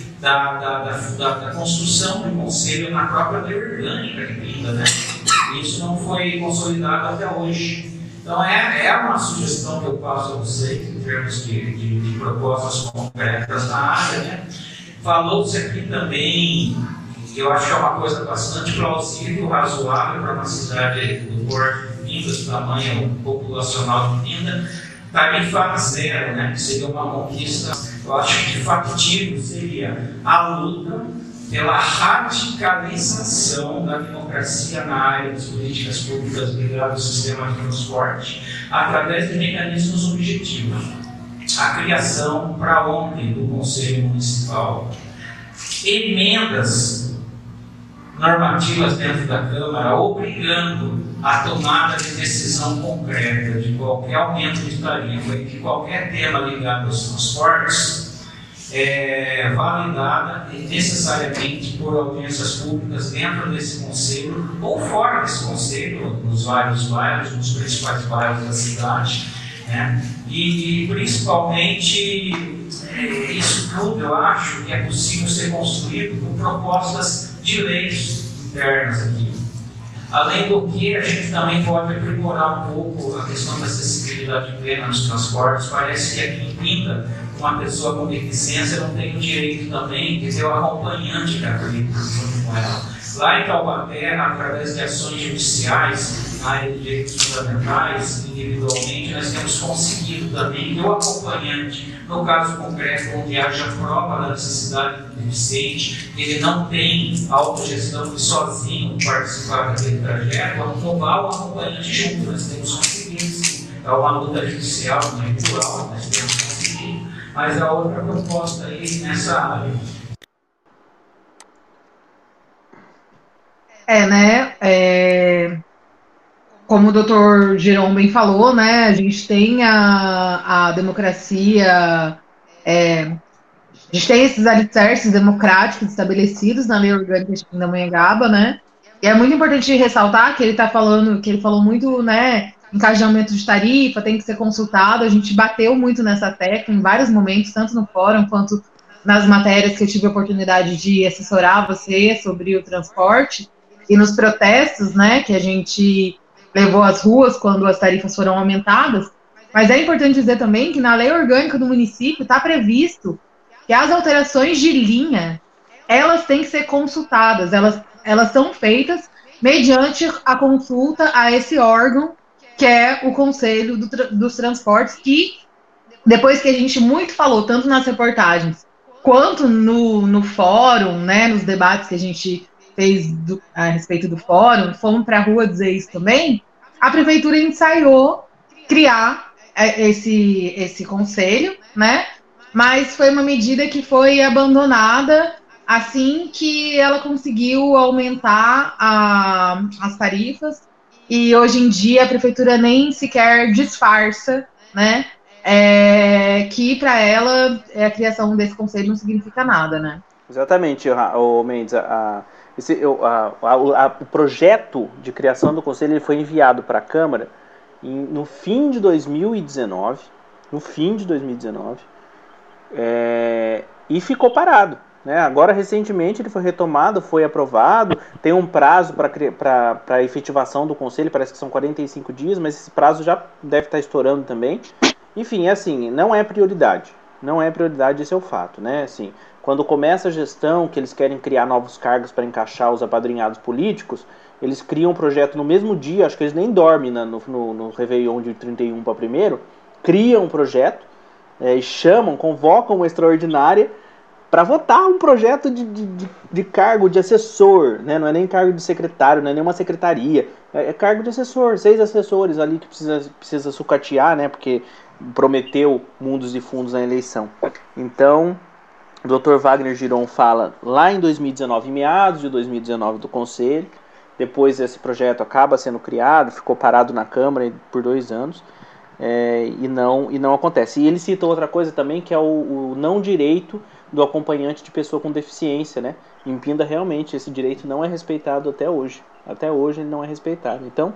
da construção do conselho na própria lei orgânica de Pinda, né? Isso não foi consolidado até hoje. Então é uma sugestão que eu passo a vocês em termos de propostas concretas na área. Né? Falou-se aqui também, que eu acho que é uma coisa bastante plausível, razoável para uma cidade do porte de Pinda, do tamanho populacional de Pinda, tarifa zero, né? Que seria uma conquista. Eu acho que factível seria a luta pela radicalização da democracia na área das políticas públicas ligadas ao sistema de transporte, através de mecanismos objetivos. A criação para ontem do Conselho Municipal, emendas normativas dentro da Câmara obrigando a tomada de decisão concreta de qualquer aumento de tarifa e de qualquer tema ligado aos transportes validada necessariamente por audiências públicas dentro desse conselho ou fora desse conselho, nos vários bairros, nos principais bairros da cidade, né? E principalmente isso tudo eu acho que é possível ser construído com propostas de leis internas aqui. Além do que, a gente também pode aprimorar um pouco a questão da acessibilidade plena nos transportes. Parece que aqui em Pinda, uma pessoa com deficiência não tem o direito também de ter o acompanhante da clínica junto com ela. Lá em Taubaté, através de ações judiciais na área de direitos fundamentais, individualmente, nós temos conseguido também que o acompanhante, no caso concreto, onde haja prova da necessidade do deficiente, ele não tem autogestão de sozinho participar daquele trajeto, levar o acompanhante junto. Nós temos conseguido, sim. É uma luta judicial, não é rural, nós temos conseguido. Mas a outra proposta aí nessa área. Como o doutor Giron bem falou, né, a gente tem a democracia, a gente tem esses alicerces democráticos estabelecidos na Lei Orgânica de Pindamonhangaba, né, e é muito importante ressaltar que ele falou muito, né, encajamento de tarifa, tem que ser consultado, a gente bateu muito nessa tecla em vários momentos, tanto no fórum quanto nas matérias que eu tive a oportunidade de assessorar você sobre o transporte, e nos protestos, né, que a gente levou às ruas quando as tarifas foram aumentadas, mas é importante dizer também que na lei orgânica do município está previsto que as alterações de linha, elas têm que ser consultadas, elas são feitas mediante a consulta a esse órgão, que é o Conselho dos Transportes, que depois que a gente muito falou, tanto nas reportagens, quanto no fórum, né, nos debates que a gente fez a respeito do fórum, fomos para a rua dizer isso também, a prefeitura ensaiou criar esse conselho, né? Mas foi uma medida que foi abandonada assim que ela conseguiu aumentar as tarifas, e hoje em dia a prefeitura nem sequer disfarça, né? Que para ela a criação desse conselho não significa nada, né? Exatamente, o Mendes. O projeto de criação do conselho ele foi enviado para a Câmara no fim de 2019, e ficou parado, né? Agora, recentemente, ele foi retomado, foi aprovado, tem um prazo para a efetivação do conselho, parece que são 45 dias, mas esse prazo já deve estar estourando também. Enfim, assim, não é prioridade, esse é o fato, né? Assim, quando começa a gestão, que eles querem criar novos cargos para encaixar os apadrinhados políticos, eles criam um projeto no mesmo dia, acho que eles nem dormem no Réveillon de 31 para 1º, criam um projeto, e convocam uma extraordinária para votar um projeto de cargo de assessor, né? Não é nem cargo de secretário, não é nem uma secretaria, é cargo de assessor, 6 assessores ali que precisa sucatear, né? Porque prometeu mundos e fundos na eleição. Então, o Dr. Wagner Giron fala lá em 2019, em meados de 2019 do Conselho, depois esse projeto acaba sendo criado, ficou parado na Câmara por 2 anos, e não acontece. E ele cita outra coisa também, que é o não direito do acompanhante de pessoa com deficiência, né? Em Pinda, realmente, esse direito não é respeitado até hoje. Até hoje ele não é respeitado. Então,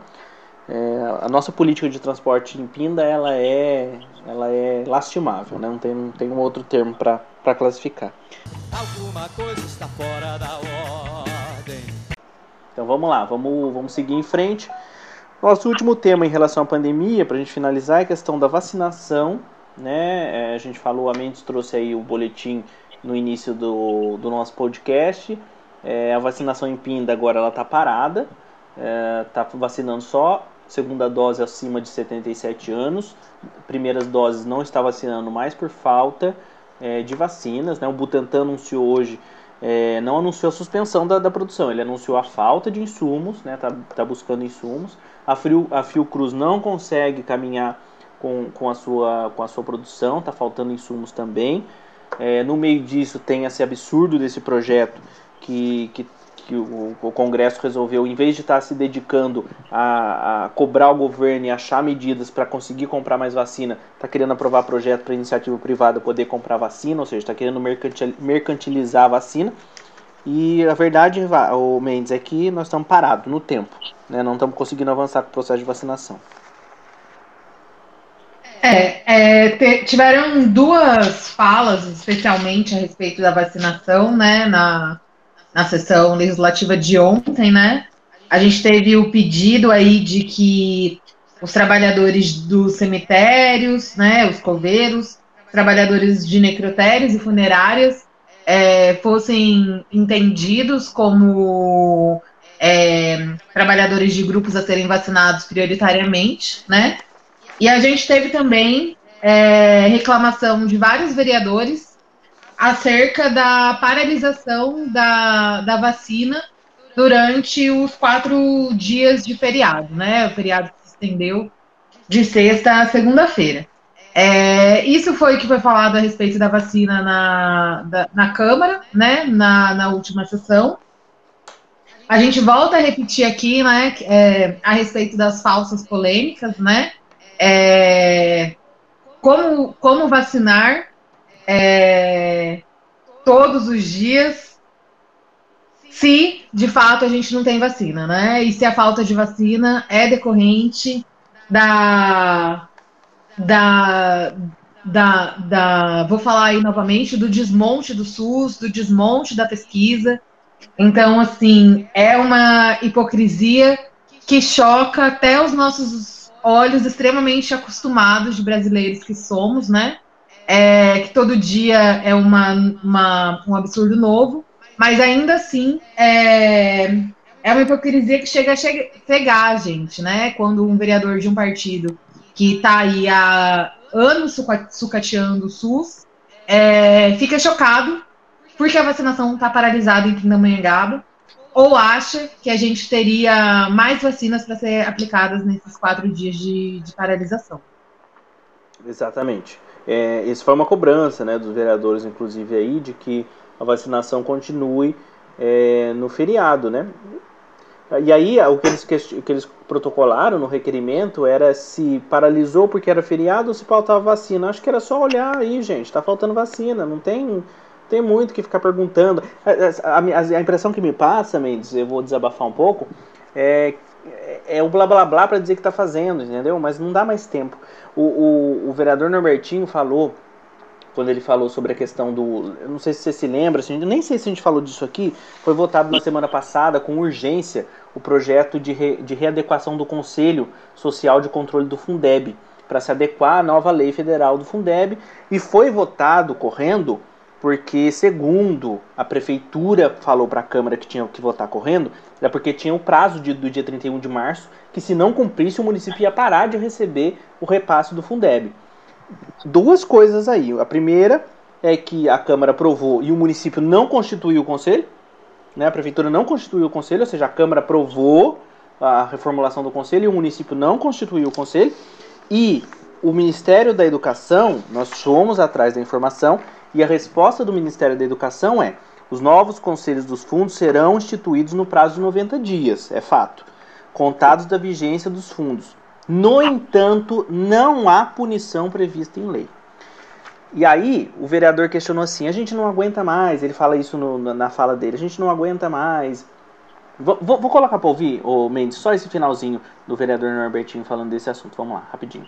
a nossa política de transporte em Pinda, ela é lastimável, né? Não tem um outro termo para classificar. Alguma coisa está fora da ordem. Então vamos lá, vamos seguir em frente. Nosso último tema em relação à pandemia, para a gente finalizar, é a questão da vacinação, né? A gente falou, a Mendes trouxe aí o boletim no início do nosso podcast. A vacinação em Pinda agora ela está parada, está vacinando só segunda dose acima de 77 anos, primeiras doses não está vacinando mais por falta de vacinas, né? O Butantan anunciou hoje, não anunciou a suspensão da produção, ele anunciou a falta de insumos, né? Tá buscando insumos. A Fiocruz não consegue caminhar com a sua produção, está faltando insumos também. No meio disso tem esse absurdo desse projeto que que o Congresso resolveu, em vez de estar se dedicando a cobrar o governo e achar medidas para conseguir comprar mais vacina, está querendo aprovar projeto para iniciativa privada poder comprar vacina, ou seja, está querendo mercantilizar a vacina. E a verdade, o Mendes, é que nós estamos parados no tempo, né? Não estamos conseguindo avançar com o processo de vacinação. Tiveram duas falas, especialmente a respeito da vacinação, né, na sessão legislativa de ontem, né? A gente teve o pedido aí de que os trabalhadores dos cemitérios, né, os coveiros, trabalhadores de necrotérios e funerárias fossem entendidos como trabalhadores de grupos a serem vacinados prioritariamente, né? E a gente teve também reclamação de vários vereadores acerca da paralisação da vacina durante os 4 dias de feriado, né? O feriado que se estendeu de sexta a segunda-feira. Isso foi o que foi falado a respeito da vacina na Câmara, né? Na última sessão. A gente volta a repetir aqui, né? A respeito das falsas polêmicas, né? Como vacinar todos os dias se de fato a gente não tem vacina, né? E se a falta de vacina é decorrente vou falar aí novamente, do desmonte do SUS, do desmonte da pesquisa. Então, assim, é uma hipocrisia que choca até os nossos olhos extremamente acostumados de brasileiros que somos, né? Que todo dia é um absurdo novo, mas ainda assim é uma hipocrisia que chega a cegar a gente, né? Quando um vereador de um partido que está aí há anos sucateando o SUS fica chocado porque a vacinação está paralisada em Pindamonhangaba, ou acha que a gente teria mais vacinas para ser aplicadas nesses 4 dias de paralisação. Exatamente. Isso foi uma cobrança, né, dos vereadores, inclusive, aí, de que a vacinação continue no feriado, né? E aí, o que eles protocolaram no requerimento era se paralisou porque era feriado ou se faltava vacina. Acho que era só olhar aí, gente, está faltando vacina, não tem muito que ficar perguntando. A impressão que me passa, Mendes, eu vou desabafar um pouco, é o blá blá blá para dizer que está fazendo, entendeu? Mas não dá mais tempo. O vereador Norbertinho falou, quando ele falou sobre a questão do... Eu não sei se você se lembra, assim, nem sei se a gente falou disso aqui, foi votado na semana passada com urgência o projeto de readequação do Conselho Social de Controle do Fundeb, para se adequar à nova lei federal do Fundeb, e foi votado correndo porque, segundo a prefeitura falou para a Câmara que tinha que votar correndo, é porque tinha o prazo do dia 31 de março, que se não cumprisse o município ia parar de receber o repasse do Fundeb. Duas coisas aí. A primeira é que a Câmara aprovou e o município não constituiu o conselho, né? A prefeitura não constituiu o conselho, ou seja, a Câmara aprovou a reformulação do conselho e o município não constituiu o conselho. E o Ministério da Educação, nós fomos atrás da informação, e a resposta do Ministério da Educação é: os novos conselhos dos fundos serão instituídos no prazo de 90 dias, é fato, contados da vigência dos fundos. No entanto, não há punição prevista em lei. E aí, o vereador questionou assim: a gente não aguenta mais, ele fala isso na fala dele, a gente não aguenta mais. Vou colocar para ouvir, Mendes, só esse finalzinho do vereador Norbertinho falando desse assunto. Vamos lá, rapidinho.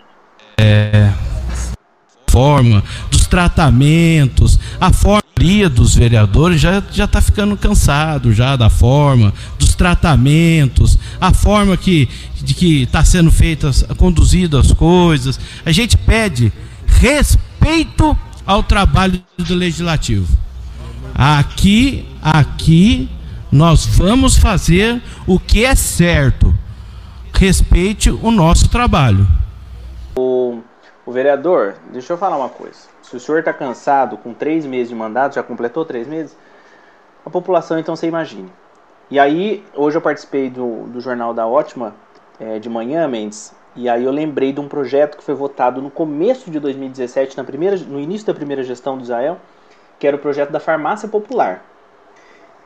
Forma dos tratamentos, a forma dos vereadores já está ficando cansado já da forma dos tratamentos, a forma que está sendo conduzidas as coisas. A gente pede respeito ao trabalho do legislativo. Aqui nós vamos fazer o que é certo. Respeite o nosso trabalho. O vereador, deixa eu falar uma coisa. Se o senhor está cansado com 3 meses de mandato, já completou 3 meses, a população então você imagine. E aí, hoje eu participei do Jornal da Ótima de manhã, Mendes, e aí eu lembrei de um projeto que foi votado no começo de 2017, no início da primeira gestão do Israel, que era o projeto da farmácia popular.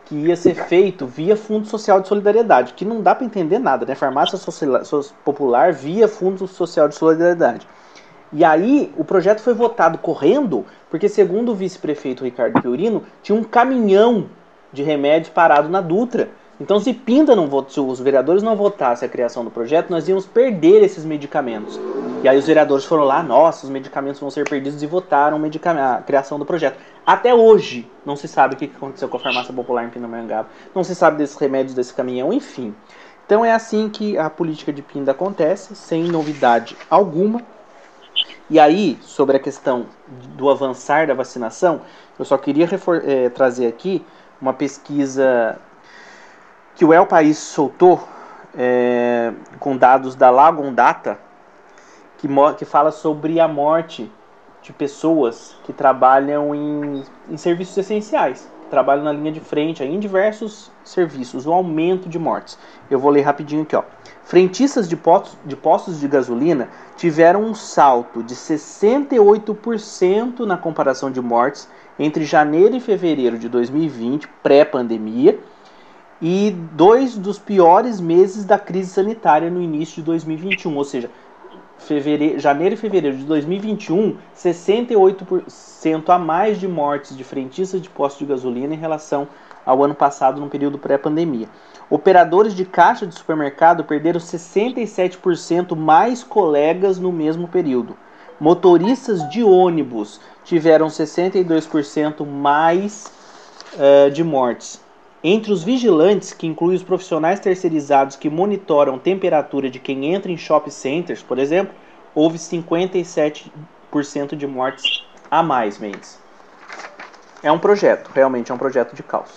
que ia ser feito via Fundo Social de Solidariedade, que não dá para entender nada, né? Farmácia popular via Fundo Social de Solidariedade. E aí o projeto foi votado correndo, porque segundo o vice-prefeito Ricardo Piorino, tinha um caminhão de remédios parado na Dutra. Então se os vereadores não votassem a criação do projeto, nós íamos perder esses medicamentos. E aí os vereadores foram lá, nossa, os medicamentos vão ser perdidos, e votaram a criação do projeto. Até hoje não se sabe o que aconteceu com a farmácia popular em Pindamonhangaba, não se sabe desses remédios desse caminhão, enfim. Então é assim que a política de Pinda acontece, sem novidade alguma. E aí, sobre a questão do avançar da vacinação, eu só queria trazer aqui uma pesquisa que o El País soltou com dados da Lagon Data, que fala sobre a morte de pessoas que trabalham em serviços essenciais, que trabalham na linha de frente em diversos serviços, o aumento de mortes. Eu vou ler rapidinho aqui, ó. Frentistas de postos de gasolina tiveram um salto de 68% na comparação de mortes entre janeiro e fevereiro de 2020, pré-pandemia, e 2 dos piores meses da crise sanitária no início de 2021, ou seja, janeiro e fevereiro de 2021, 68% a mais de mortes de frentistas de postos de gasolina em relação ao ano passado, no período pré-pandemia. Operadores de caixa de supermercado perderam 67% mais colegas no mesmo período. Motoristas de ônibus tiveram 62% mais de mortes. Entre os vigilantes, que inclui os profissionais terceirizados que monitoram a temperatura de quem entra em shopping centers, por exemplo, houve 57% de mortes a mais, Mendes. É um projeto, realmente é um projeto de caos.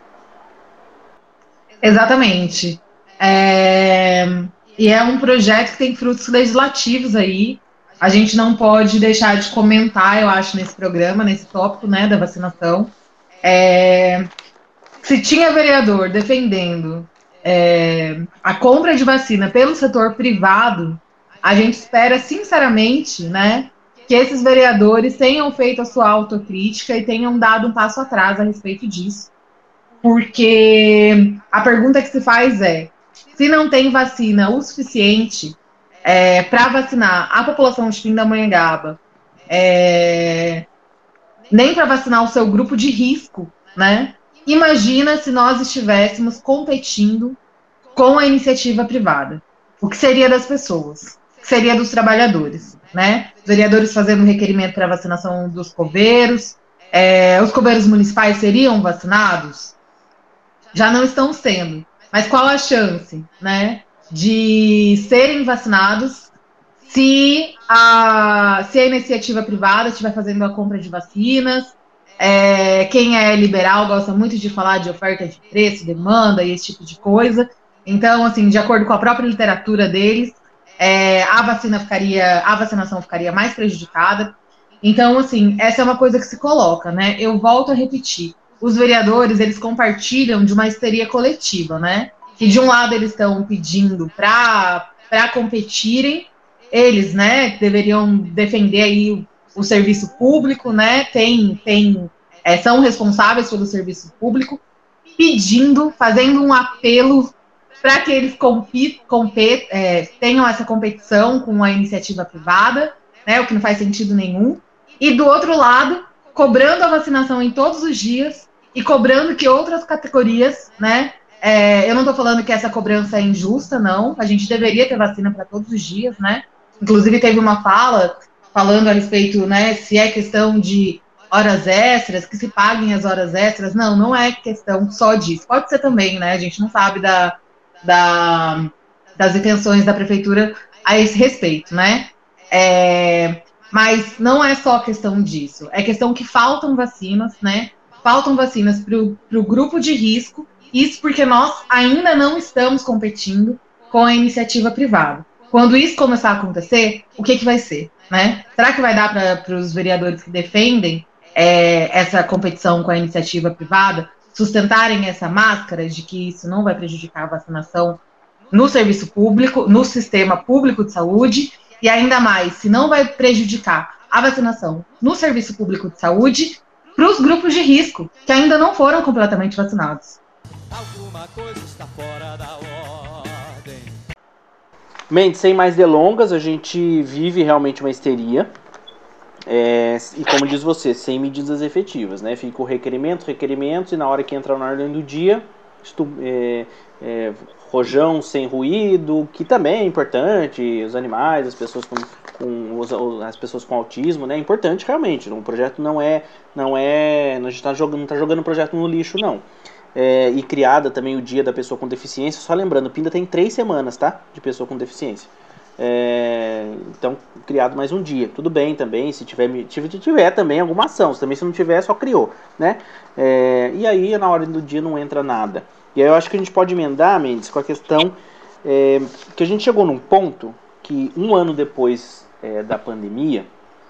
Exatamente. E é um projeto que tem frutos legislativos aí. A gente não pode deixar de comentar, eu acho, nesse programa, nesse tópico, né, da vacinação. Se tinha vereador defendendo a compra de vacina pelo setor privado, a gente espera, sinceramente, né, que esses vereadores tenham feito a sua autocrítica e tenham dado um passo atrás a respeito disso. Porque a pergunta que se faz se não tem vacina o suficiente para vacinar a população de Pindamonhangaba, nem para vacinar o seu grupo de risco, né? Imagina se nós estivéssemos competindo com a iniciativa privada. O que seria das pessoas? O que seria dos trabalhadores, né? Os vereadores fazendo requerimento para vacinação dos coveiros. Os coveiros municipais seriam vacinados? Já não estão sendo. Mas qual a chance, né, de serem vacinados se a iniciativa privada estiver fazendo a compra de vacinas? Quem é liberal gosta muito de falar de oferta de preço, demanda e esse tipo de coisa. Então, assim, de acordo com a própria literatura deles, a vacinação ficaria mais prejudicada. Então, assim, essa é uma coisa que se coloca, né? Eu volto a repetir. Os vereadores, eles compartilham de uma histeria coletiva, né? Que de um lado eles estão pedindo para competirem, eles, né, deveriam defender aí o serviço público, né? São responsáveis pelo serviço público, fazendo um apelo para que eles tenham essa competição com a iniciativa privada, né? O que não faz sentido nenhum. E do outro lado, cobrando a vacinação em todos os dias e cobrando que outras categorias, né? Eu não estou falando que essa cobrança é injusta, não. A gente deveria ter vacina para todos os dias, né? Inclusive teve uma fala falando a respeito, né, se é questão de horas extras, que se paguem as horas extras. Não, não é questão só disso. Pode ser também, né? A gente não sabe das intenções da prefeitura a esse respeito, né? Mas não é só questão disso. É questão que faltam vacinas, né? Faltam vacinas para o grupo de risco. Isso porque nós ainda não estamos competindo com a iniciativa privada. Quando isso começar a acontecer, o que vai ser, né? Será que vai dar para os vereadores que defendem essa competição com a iniciativa privada sustentarem essa máscara de que isso não vai prejudicar a vacinação no serviço público, no sistema público de saúde, e ainda mais, se não vai prejudicar a vacinação no serviço público de saúde para os grupos de risco, que ainda não foram completamente vacinados, Alguma coisa está fora da ordem. Mendes, sem mais delongas, a gente vive realmente uma histeria. E como diz você, sem medidas efetivas, né? Fica o requerimentos, e na hora que entra na ordem do dia, rojão sem ruído, que também é importante, os animais, as pessoas as pessoas com autismo, né? É importante realmente. O projeto não é a gente não tá jogando o projeto no lixo, não. E criada também o dia da pessoa com deficiência. Só lembrando, Pinda tem 3 semanas, tá? De pessoa com deficiência. Então, criado mais um dia. Tudo bem também, se tiver também alguma ação. Se não tiver, só criou, né? E aí, na hora do dia, não entra nada. E aí eu acho que a gente pode emendar, Mendes, com a questão que a gente chegou num ponto que 1 ano depois da pandemia,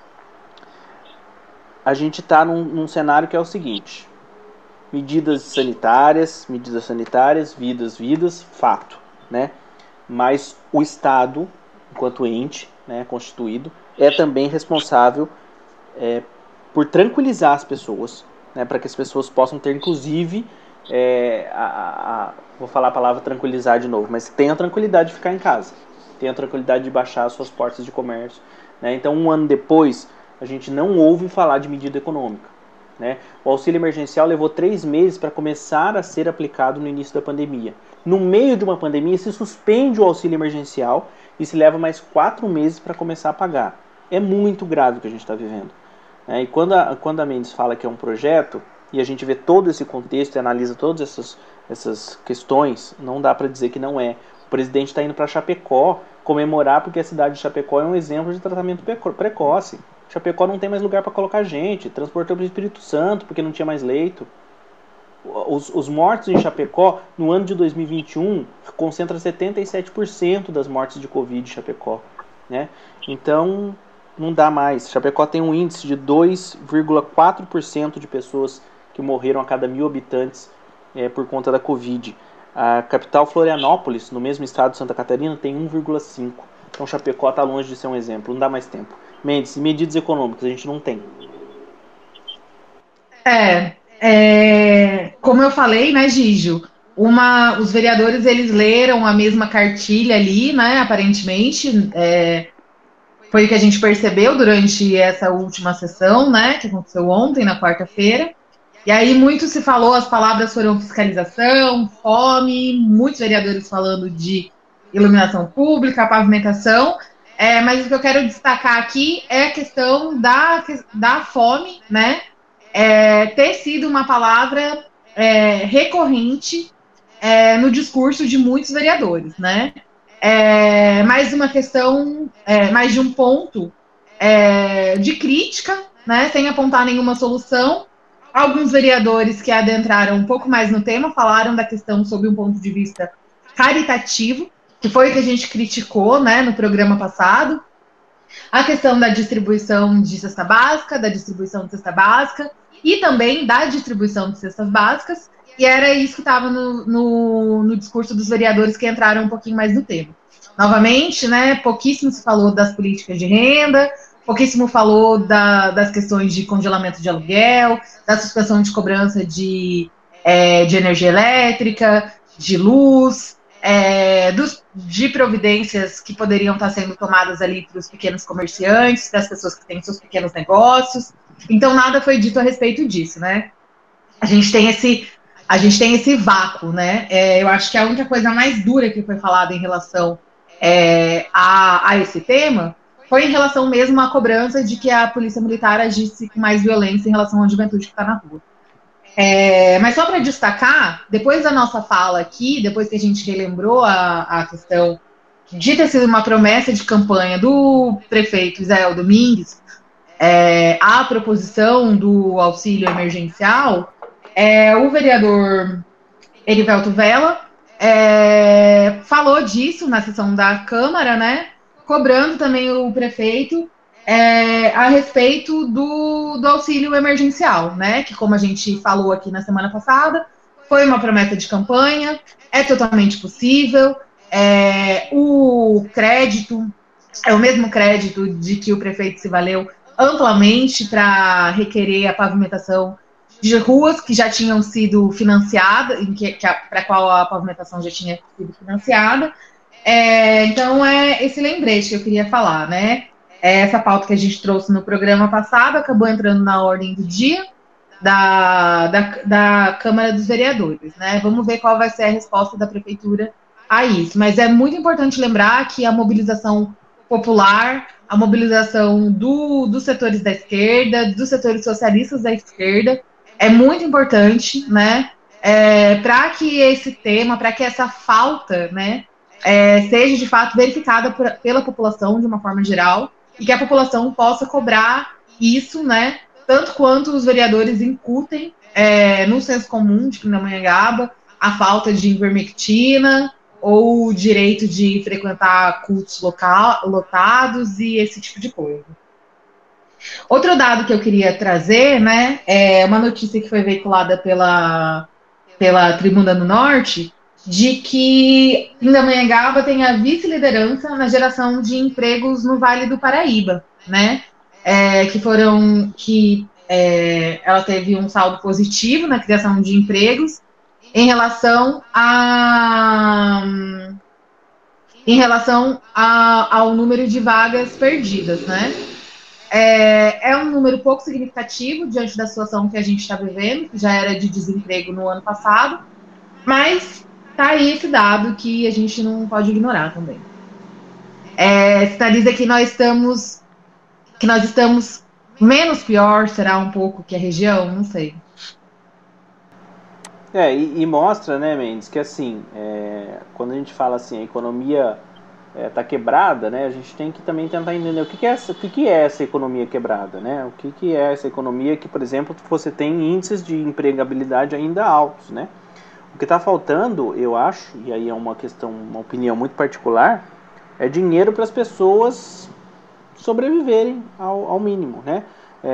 a gente está num cenário que é o seguinte: medidas sanitárias, vidas, fato, né? Mas o Estado, enquanto ente, né, constituído, é também responsável por tranquilizar as pessoas, né, para que as pessoas possam ter, inclusive, vou falar a palavra tranquilizar de novo, mas tenha a tranquilidade de ficar em casa, tenha a tranquilidade de baixar as suas portas de comércio, né? Então, 1 ano depois, a gente não ouve falar de medida econômica, né? O auxílio emergencial levou 3 meses para começar a ser aplicado no início da pandemia. No meio de uma pandemia, se suspende o auxílio emergencial e se leva mais 4 meses para começar a pagar. É muito grave o que a gente está vivendo. E quando a Mendes fala que é um projeto, e a gente vê todo esse contexto e analisa todas essas questões, não dá para dizer que não é. O presidente está indo para Chapecó comemorar porque a cidade de Chapecó é um exemplo de tratamento precoce. Chapecó não tem mais lugar para colocar gente, transportou para o Espírito Santo porque não tinha mais leito. Os mortos em Chapecó, no ano de 2021, concentra 77% das mortes de Covid em Chapecó, né? Então, não dá mais. Chapecó tem um índice de 2,4% de pessoas que morreram a cada 1.000 habitantes por conta da Covid. A capital Florianópolis, no mesmo estado de Santa Catarina, tem 1,5%. Então Chapecó está longe de ser um exemplo, não dá mais tempo. Mendes, medidas econômicas a gente não tem. Como eu falei, né, Gijo, os vereadores, eles leram a mesma cartilha ali, né, aparentemente, foi o que a gente percebeu durante essa última sessão, né, que aconteceu ontem, na quarta-feira. E aí muito se falou, as palavras foram fiscalização, fome, muitos vereadores falando de iluminação pública, pavimentação, mas o que eu quero destacar aqui é a questão da fome, né, ter sido uma palavra recorrente no discurso de muitos vereadores, né, mais uma questão, mais de um ponto de crítica, né, sem apontar nenhuma solução. Alguns vereadores que adentraram um pouco mais no tema falaram da questão sob um ponto de vista caritativo, que foi o que a gente criticou, né, no programa passado, a questão da distribuição de cesta básica, e também da distribuição de cestas básicas, e era isso que estava no discurso dos vereadores que entraram um pouquinho mais no tema. Novamente, né, pouquíssimo se falou das políticas de renda, pouquíssimo falou das questões de congelamento de aluguel, da suspensão de cobrança de energia elétrica, de luz, de providências que poderiam estar sendo tomadas ali para os pequenos comerciantes, para as pessoas que têm seus pequenos negócios. Então, nada foi dito a respeito disso, né? A gente tem esse vácuo, né? Eu acho que a única coisa mais dura que foi falada em relação a esse tema foi em relação mesmo à cobrança de que a polícia militar agisse com mais violência em relação à juventude que está na rua. Mas só para destacar, depois da nossa fala aqui, depois que a gente relembrou a questão de ter sido uma promessa de campanha do prefeito Israel Domingues, a proposição do auxílio emergencial, o vereador Erivelto Vella falou disso na sessão da Câmara, né, cobrando também o prefeito a respeito do auxílio emergencial, né? Que, como a gente falou aqui na semana passada, foi uma promessa de campanha, é totalmente possível. O crédito é o mesmo crédito de que o prefeito se valeu amplamente para requerer a pavimentação de ruas que já tinham sido financiadas, para a qual a pavimentação já tinha sido financiada. Então, é esse lembrete que eu queria falar, né? Essa pauta que a gente trouxe no programa passado acabou entrando na ordem do dia da Câmara dos Vereadores, né? Vamos ver qual vai ser a resposta da Prefeitura a isso. Mas é muito importante lembrar que a mobilização popular, a mobilização dos setores da esquerda, dos setores socialistas da esquerda, é muito importante, né? Para que esse tema, para que essa falta, né, seja de fato verificada pela população de uma forma geral e que a população possa cobrar isso, né? Tanto quanto os vereadores incutem no senso comum de Pindamonhangaba a falta de ivermectina ou o direito de frequentar cultos lotados e esse tipo de coisa. Outro dado que eu queria trazer, né, é uma notícia que foi veiculada pela Tribuna do Norte, de que Pindamonhangaba tem a vice-liderança na geração de empregos no Vale do Paraíba, né? Ela teve um saldo positivo na criação de empregos em relação ao número de vagas perdidas, né? É um número pouco significativo diante da situação que a gente está vivendo, que já era de desemprego no ano passado, mas tá aí esse dado que a gente não pode ignorar também. Sinaliza que nós estamos menos pior, será um pouco que a região, não sei. E mostra, né, Mendes, que assim, quando a gente fala assim, a economia está quebrada, né, a gente tem que também tentar entender o que é essa economia quebrada, né, o que é essa economia que, por exemplo, você tem índices de empregabilidade ainda altos, né. O que está faltando, eu acho, e aí é uma opinião muito particular, é dinheiro para as pessoas sobreviverem ao mínimo, né.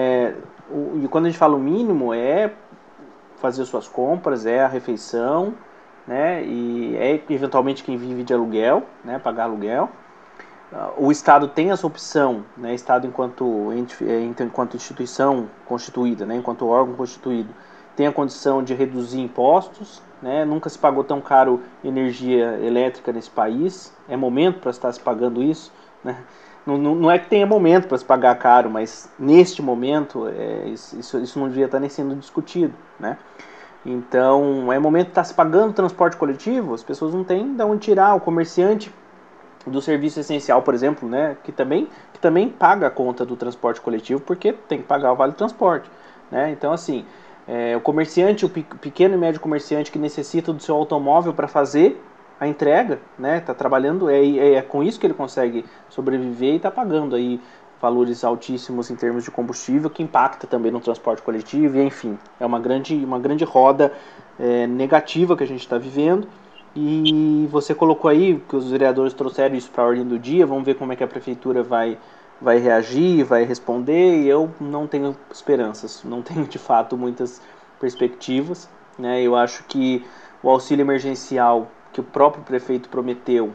E quando a gente fala o mínimo, é fazer suas compras, é a refeição, né, e eventualmente quem vive de aluguel, né, pagar aluguel. O Estado tem essa opção, né, Estado enquanto instituição constituída, né, enquanto órgão constituído, tem a condição de reduzir impostos, né, nunca se pagou tão caro energia elétrica nesse país, é momento para estar se pagando isso, né. Não é que tenha momento para se pagar caro, mas neste momento isso não devia estar nem sendo discutido, né? Então é momento de estar se pagando transporte coletivo, as pessoas não têm de onde tirar. O comerciante do serviço essencial, por exemplo, né, que também paga a conta do transporte coletivo porque tem que pagar o vale transporte, né? Então assim, o comerciante, o pequeno e médio comerciante que necessita do seu automóvel para fazer a entrega, né, tá trabalhando, é com isso que ele consegue sobreviver e está pagando aí valores altíssimos em termos de combustível, que impacta também no transporte coletivo, e enfim, é uma grande roda negativa que a gente está vivendo. E você colocou aí que os vereadores trouxeram isso para a ordem do dia, vamos ver como é que a prefeitura vai reagir, vai responder, e eu não tenho esperanças, não tenho de fato muitas perspectivas, né? Eu acho que o auxílio emergencial que o próprio prefeito prometeu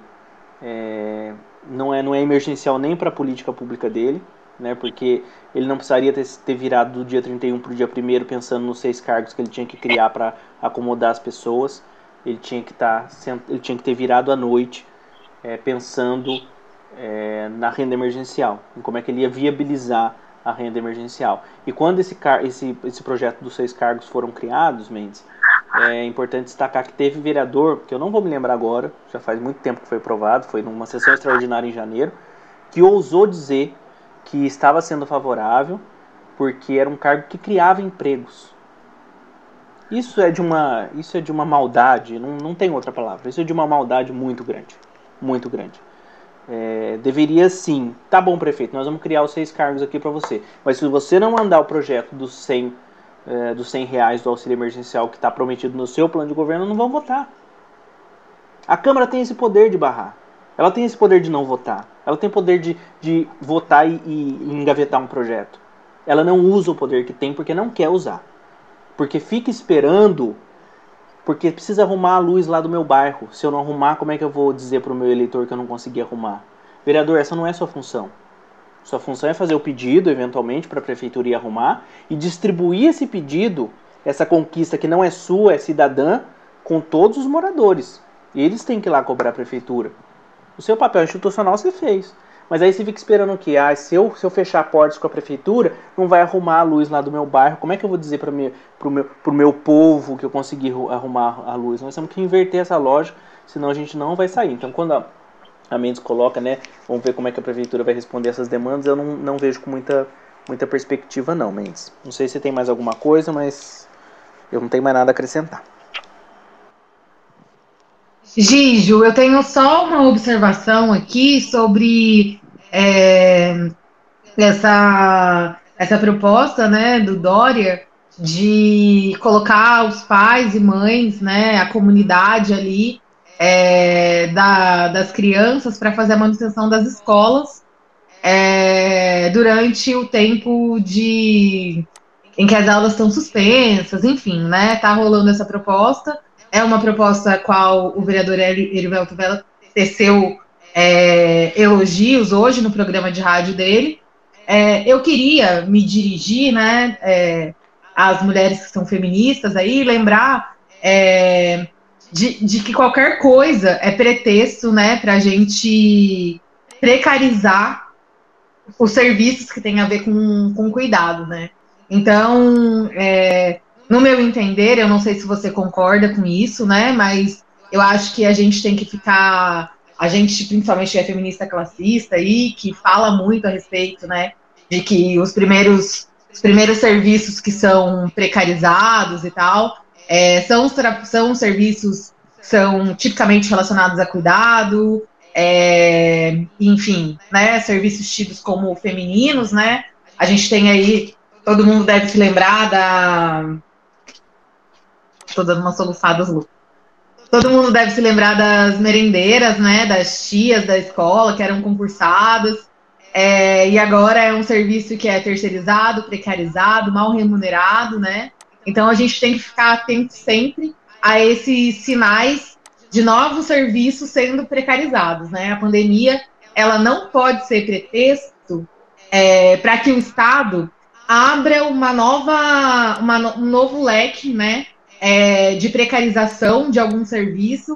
não é emergencial nem para a política pública dele, né, porque ele não precisaria ter virado do dia 31 para o dia 1º pensando nos 6 cargos que ele tinha que criar para acomodar as pessoas. Ele tinha que ter virado à noite pensando na renda emergencial, em como é que ele ia viabilizar a renda emergencial. E quando esse projeto dos 6 cargos foram criados, Mendes, é importante destacar que teve vereador, que eu não vou me lembrar agora, já faz muito tempo que foi aprovado, foi numa sessão extraordinária em janeiro, que ousou dizer que estava sendo favorável porque era um cargo que criava empregos. Isso é de uma maldade, não tem outra palavra, isso é de uma maldade muito grande, muito grande. Deveria sim, tá bom, prefeito, nós vamos criar os 6 cargos aqui para você, mas se você não mandar o projeto dos 100 reais do auxílio emergencial que está prometido no seu plano de governo, não vão votar. A Câmara tem esse poder de barrar, ela tem esse poder de não votar, ela tem poder de votar e engavetar um projeto. Ela não usa o poder que tem porque não quer usar, porque fica esperando, porque precisa arrumar a luz lá do meu bairro. Se eu não arrumar, como é que eu vou dizer para o meu eleitor que eu não consegui arrumar? Vereador, essa não é sua função. Sua função é fazer o pedido, eventualmente, para a prefeitura ir arrumar e distribuir esse pedido essa conquista que não é sua, é cidadã, com todos os moradores. E eles têm que ir lá cobrar a prefeitura. O seu papel institucional você fez. Mas aí você fica esperando o quê? Se eu fechar portas com a prefeitura, não vai arrumar a luz lá do meu bairro. Como é que eu vou dizer pro meu povo que eu consegui arrumar a luz? Nós temos que inverter essa lógica, senão a gente não vai sair. Então, quando a Mendes coloca, né, vamos ver como é que a prefeitura vai responder essas demandas, eu não vejo com muita perspectiva não, Mendes. Não sei se tem mais alguma coisa, mas eu não tenho mais nada a acrescentar. Gijo, eu tenho só uma observação aqui sobre essa proposta, né, do Dória de colocar os pais e mães, né, a comunidade ali das crianças para fazer a manutenção das escolas durante o tempo em que as aulas estão suspensas, enfim, né, tá rolando essa proposta. É uma proposta a qual o vereador Erivelto Vela teceu elogios hoje no programa de rádio dele. Eu queria me dirigir, né, às mulheres que são feministas aí, lembrar de que qualquer coisa é pretexto, né, para a gente precarizar os serviços que têm a ver com cuidado, né? Então, no meu entender, eu não sei se você concorda com isso, né? Mas eu acho que a gente tem que ficar, a gente principalmente é feminista classista aí, que fala muito a respeito, né, de que os primeiros serviços que são precarizados e tal, são serviços que são tipicamente relacionados a cuidado, enfim, né, serviços tidos como femininos, né? A gente tem aí, todo mundo deve se lembrar Tô dando umas soluçadas, Lu. Todo mundo deve se lembrar das merendeiras, né? Das tias da escola que eram concursadas. E agora é um serviço que é terceirizado, precarizado, mal remunerado, né? Então a gente tem que ficar atento sempre a esses sinais de novos serviços sendo precarizados, né? A pandemia, ela não pode ser pretexto para que o Estado abra um novo leque, né? De precarização de algum serviço,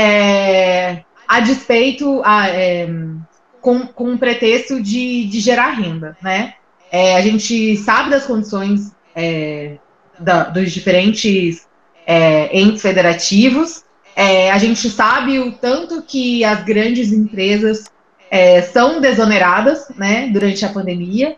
a despeito, com o pretexto de gerar renda, né? A gente sabe das condições dos diferentes entes federativos, a gente sabe o tanto que as grandes empresas são desoneradas, né, durante a pandemia,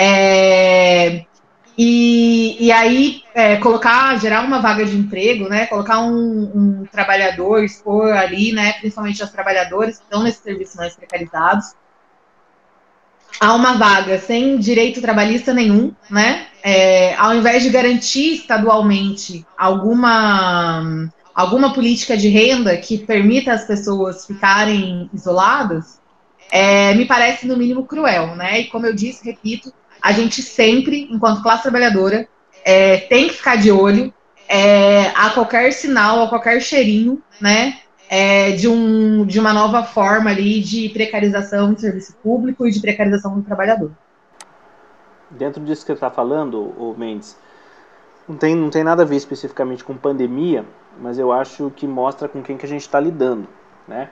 e aí gerar uma vaga de emprego, né, colocar um trabalhador, expor ali, né, principalmente as trabalhadoras que estão nesses serviços mais precarizados, a uma vaga sem direito trabalhista nenhum, né, ao invés de garantir estadualmente alguma política de renda que permita as pessoas ficarem isoladas, me parece no mínimo cruel, né, e como eu disse, repito, a gente sempre, enquanto classe trabalhadora, tem que ficar de olho a qualquer sinal, a qualquer cheirinho, né, de uma nova forma ali de precarização do serviço público e de precarização do trabalhador. Dentro disso que você está falando, Mendes, não tem nada a ver especificamente com pandemia, mas eu acho que mostra com quem que a gente está lidando, né?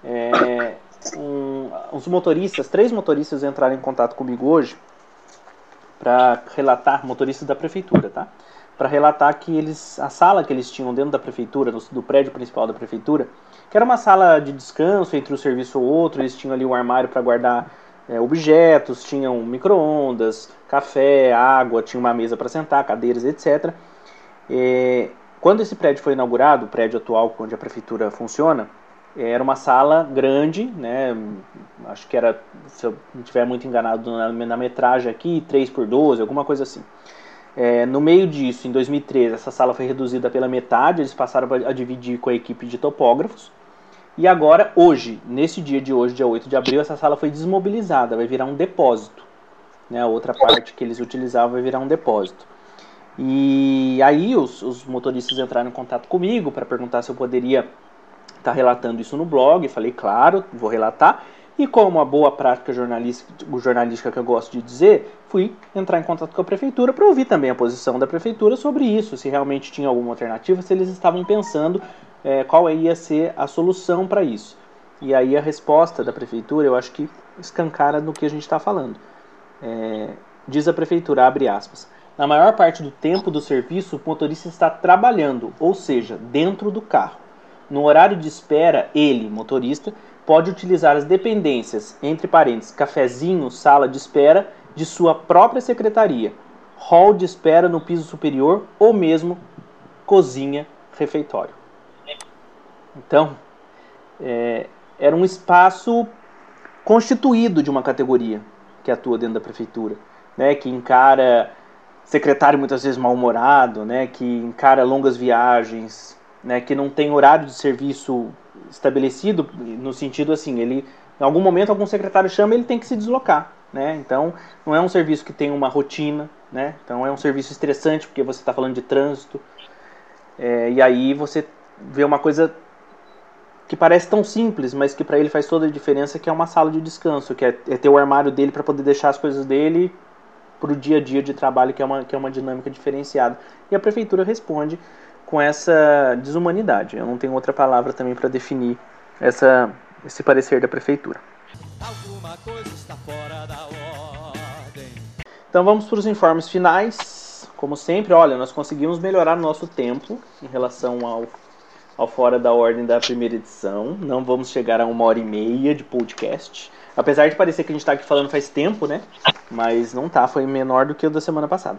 Os motoristas, 3 motoristas entraram em contato comigo hoje para relatar, motoristas da prefeitura, tá? Para relatar que a sala que eles tinham dentro da prefeitura, do prédio principal da prefeitura, que era uma sala de descanso entre um serviço ou outro, eles tinham ali um armário para guardar objetos, tinham micro-ondas, café, água, tinha uma mesa para sentar, cadeiras, etc. Quando esse prédio foi inaugurado, o prédio atual onde a prefeitura funciona, era uma sala grande, né? Acho que era, se eu não estiver muito enganado na metragem aqui, 3x12, alguma coisa assim. No meio disso, em 2013, essa sala foi reduzida pela metade, eles passaram a dividir com a equipe de topógrafos. E agora, hoje, nesse dia de hoje, dia 8 de abril, essa sala foi desmobilizada, vai virar um depósito, né? A outra parte que eles utilizavam vai virar um depósito. E aí os motoristas entraram em contato comigo para perguntar se eu poderia estar relatando isso no blog. Falei, claro, vou relatar. E como a boa prática jornalística que eu gosto de dizer, fui entrar em contato com a prefeitura para ouvir também a posição da prefeitura sobre isso, se realmente tinha alguma alternativa, se eles estavam pensando qual ia ser a solução para isso. E aí a resposta da prefeitura, eu acho que escancara no que a gente está falando. Diz a prefeitura, abre aspas, na maior parte do tempo do serviço, o motorista está trabalhando, ou seja, dentro do carro. No horário de espera, ele, motorista, pode utilizar as dependências, entre parênteses, cafezinho, sala de espera, de sua própria secretaria, hall de espera no piso superior ou mesmo cozinha, refeitório. Então, era um espaço constituído de uma categoria que atua dentro da prefeitura, né, que encara secretário muitas vezes mal-humorado, né, que encara longas viagens, né, que não tem horário de serviço estabelecido, no sentido assim, ele, em algum momento algum secretário chama, ele tem que se deslocar, né, então não é um serviço que tem uma rotina, né, então é um serviço estressante porque você está falando de trânsito, e aí você vê uma coisa que parece tão simples, mas que para ele faz toda a diferença, que é uma sala de descanso, que é ter o armário dele para poder deixar as coisas dele para o dia a dia de trabalho, que é uma dinâmica diferenciada. E a prefeitura responde com essa desumanidade. Eu não tenho outra palavra também para definir esse parecer da prefeitura. Alguma coisa está fora da ordem. Então vamos para os informes finais. Como sempre, olha, nós conseguimos melhorar o nosso tempo em relação ao Fora da Ordem da primeira edição. Não vamos chegar a 1h30 de podcast. Apesar de parecer que a gente está aqui falando faz tempo, né? Mas não tá, foi menor do que o da semana passada.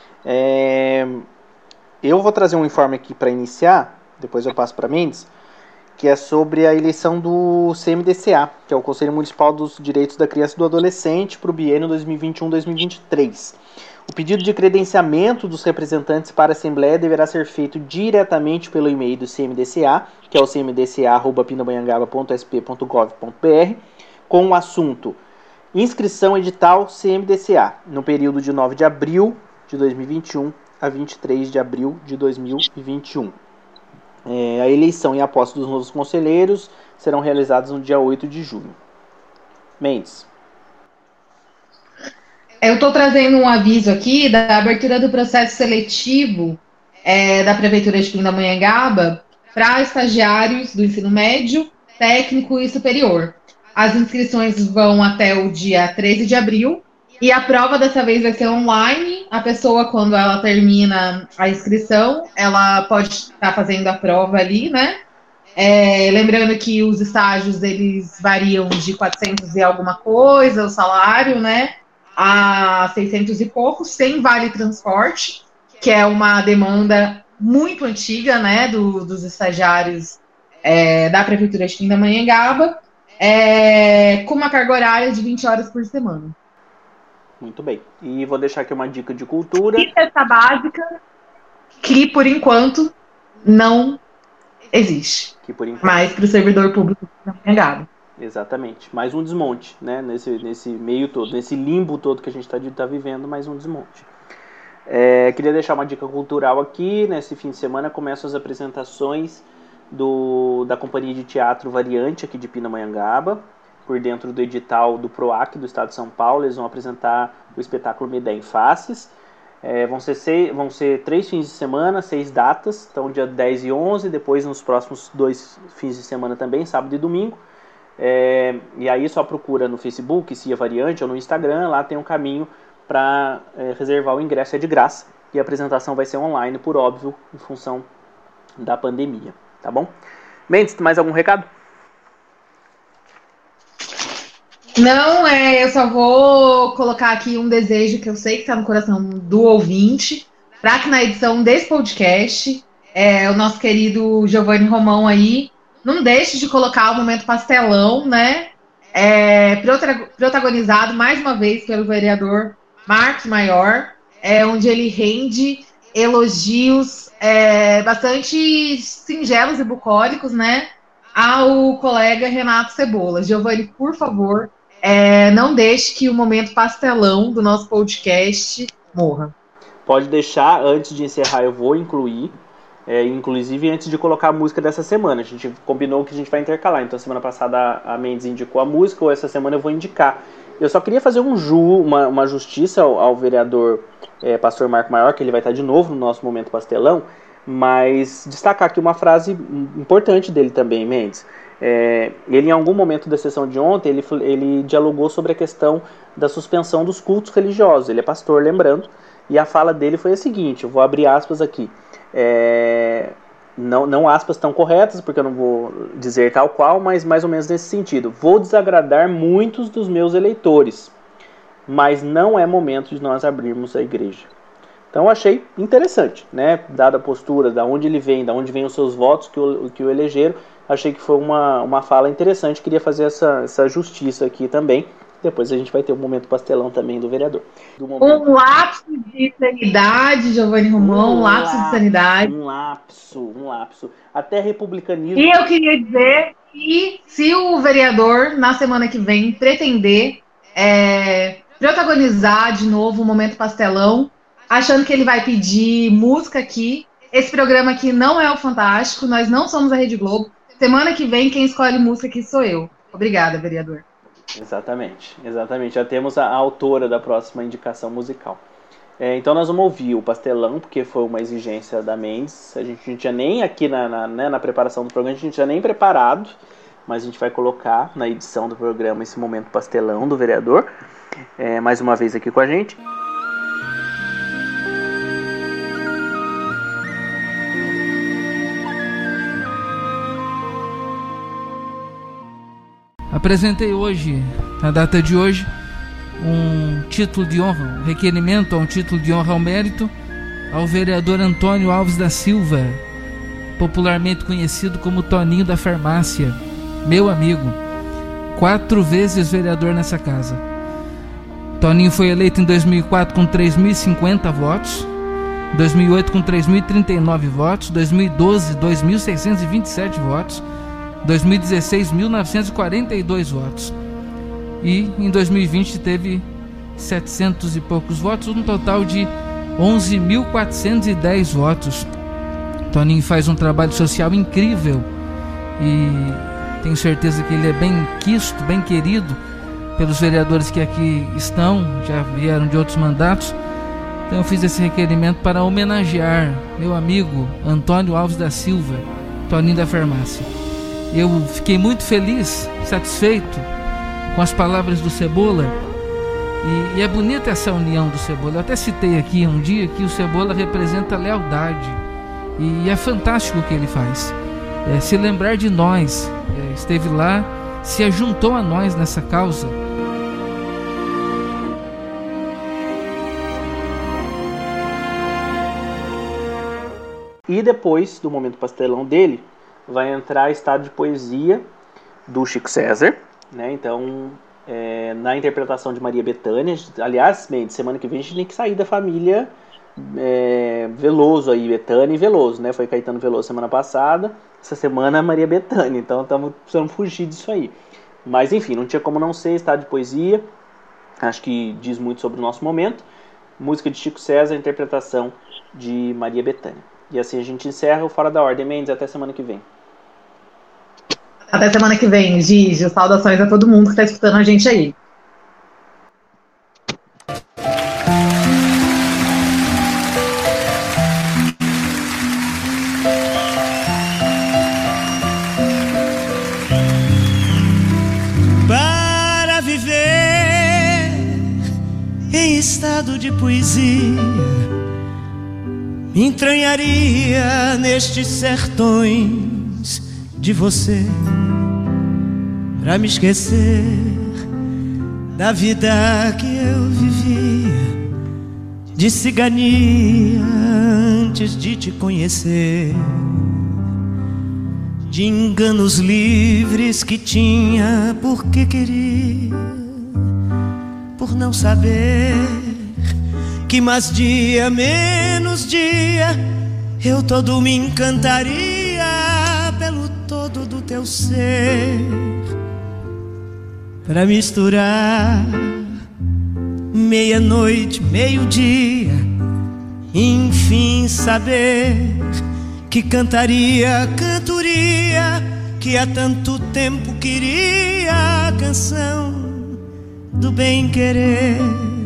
Eu vou trazer um informe aqui para iniciar, depois eu passo para Mendes, que é sobre a eleição do CMDCA, que é o Conselho Municipal dos Direitos da Criança e do Adolescente, para o biênio 2021-2023. O pedido de credenciamento dos representantes para a Assembleia deverá ser feito diretamente pelo e-mail do CMDCA, que é o cmdca@pindamonhangaba.sp.gov.br, com o assunto inscrição edital CMDCA, no período de 9 de abril de 2021 a 23 de abril de 2021. A eleição e a posse dos novos conselheiros serão realizadas no dia 8 de junho. Mendes. Eu estou trazendo um aviso aqui da abertura do processo seletivo da Prefeitura de Pindamonhangaba para estagiários do ensino médio, técnico e superior. As inscrições vão até o dia 13 de abril e a prova dessa vez vai ser online. A pessoa, quando ela termina a inscrição, ela pode estar fazendo a prova ali, né? Lembrando que os estágios, eles variam de 400 e alguma coisa, o salário, né? A 600 e pouco, sem vale transporte, que é uma demanda muito antiga, né? Dos estagiários da Prefeitura de Pindamonhangaba. Com uma carga horária de 20 horas por semana. Muito bem. E vou deixar aqui uma dica de cultura. E cesta básica, que por enquanto não existe. Mas para o servidor público não é negado. Exatamente. Mais um desmonte, né? Nesse meio todo, nesse limbo todo que a gente está vivendo, mais um desmonte. Queria deixar uma dica cultural aqui. Nesse fim de semana começam as apresentações da Companhia de Teatro Variante aqui de Pindamonhangaba, por dentro do edital do PROAC do Estado de São Paulo. Eles vão apresentar o espetáculo Me Dê em Faces. Vão ser 3 fins de semana, 6 datas, então dia 10 e 11, depois nos próximos 2 fins de semana também, sábado e domingo. E aí só procura no Facebook, Cia Variante, ou no Instagram, lá tem um caminho para reservar o ingresso, é de graça, e a apresentação vai ser online, por óbvio, em função da pandemia. Tá bom? Mendes, mais algum recado? Não, eu só vou colocar aqui um desejo que eu sei que está no coração do ouvinte, para que na edição desse podcast, o nosso querido Giovanni Romão aí, não deixe de colocar o momento pastelão, né? Protagonizado mais uma vez pelo vereador Marcos Maior, onde ele rende elogios bastante singelos e bucólicos, né, ao colega Renato Cebola. Giovanni, por favor, não deixe que o momento pastelão do nosso podcast morra. Pode deixar, antes de encerrar eu vou incluir. inclusive antes de colocar a música dessa semana. A gente combinou que a gente vai intercalar. Então semana passada a Mendes indicou a música, ou essa semana eu vou indicar. Eu só queria fazer uma justiça ao vereador Pastor Marco Maior, que ele vai estar de novo no nosso Momento Pastelão, mas destacar aqui uma frase importante dele também, Mendes. Ele, em algum momento da sessão de ontem, ele dialogou sobre a questão da suspensão dos cultos religiosos. Ele é pastor, lembrando, e a fala dele foi a seguinte, eu vou abrir aspas aqui. Não aspas tão corretas, porque eu não vou dizer tal qual, mas mais ou menos nesse sentido. Vou desagradar muitos dos meus eleitores, mas não é momento de nós abrirmos a igreja. Então eu achei interessante, né? Dada a postura, da onde ele vem, da onde vêm os seus votos que o elegeram, achei que foi uma fala interessante. Queria fazer essa justiça aqui também. Depois a gente vai ter um momento pastelão também do vereador. Um lapso de sanidade, Giovanni Romão, um lapso de sanidade. Um lapso. Até republicanismo. E eu queria dizer que se o vereador, na semana que vem, pretender protagonizar de novo o momento pastelão, achando que ele vai pedir música aqui, esse programa aqui não é o Fantástico, nós não somos a Rede Globo. Semana que vem, quem escolhe música aqui sou eu. Obrigada, vereador. Exatamente. Já temos a autora da próxima indicação musical. Então nós vamos ouvir o Pastelão, porque foi uma exigência da Mendes. A gente não tinha nem aqui na preparação do programa, a gente não tinha nem preparado, mas a gente vai colocar na edição do programa esse momento Pastelão do vereador, mais uma vez aqui com a gente. Apresentei hoje, na data de hoje, um título de honra, um requerimento a um título de honra ao mérito ao vereador Antônio Alves da Silva, popularmente conhecido como Toninho da Farmácia, meu amigo, 4 vezes vereador nessa casa. Toninho foi eleito em 2004 com 3.050 votos, 2008 com 3.039 votos, 2012 2.627 votos, 2016, 1.942 votos. E em 2020 teve 700 e poucos votos, um total de 11.410 votos. Toninho faz um trabalho social incrível e tenho certeza que ele é bem quisto, bem querido pelos vereadores que aqui estão, já vieram de outros mandatos. Então eu fiz esse requerimento para homenagear meu amigo Antônio Alves da Silva, Toninho da Farmácia. Eu fiquei muito feliz, satisfeito com as palavras do Cebola, e é bonita essa união do Cebola. Eu até citei aqui um dia que o Cebola representa lealdade, e é fantástico o que ele faz. Se lembrar de nós, esteve lá, se ajuntou a nós nessa causa. E depois do momento pastelão dele, vai entrar Estado de Poesia do Chico César, né? Então, na interpretação de Maria Bethânia, aliás, Mendes, semana que vem a gente tem que sair da família Veloso aí, Bethânia e Veloso, né? Foi Caetano Veloso semana passada, essa semana Maria Bethânia, então estamos precisando fugir disso aí. Mas enfim, não tinha como não ser Estado de Poesia, acho que diz muito sobre o nosso momento. Música de Chico César, interpretação de Maria Bethânia. E assim a gente encerra o Fora da Ordem. Mendes, até semana que vem. Até semana que vem, Gigi. Saudações a todo mundo que está escutando a gente aí. Para viver em estado de poesia, me entranharia nestes sertões de você, pra me esquecer da vida que eu vivia de cigania antes de te conhecer, de enganos livres que tinha porque queria, por não saber que mais dia, menos dia, eu todo me encantaria pelo todo do teu ser, pra misturar meia-noite, meio-dia, enfim saber que cantaria a cantoria que há tanto tempo queria, a canção do bem-querer.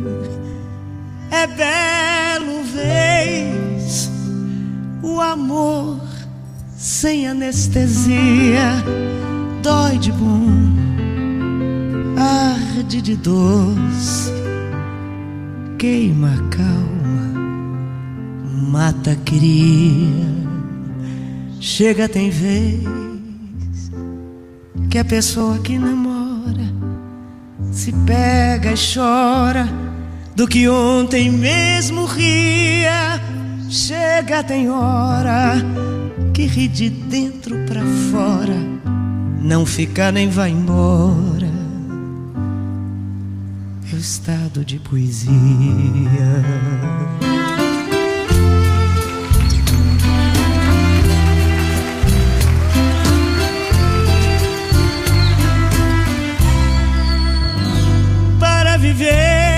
É belo, vez, o amor sem anestesia, dói de bom, arde de doce, queima, calma, mata, cria. Chega, tem vez que a pessoa que namora se pega e chora do que ontem mesmo ria. Chega, tem hora que ri de dentro pra fora, não fica nem vai embora. É o estado de poesia. Para viver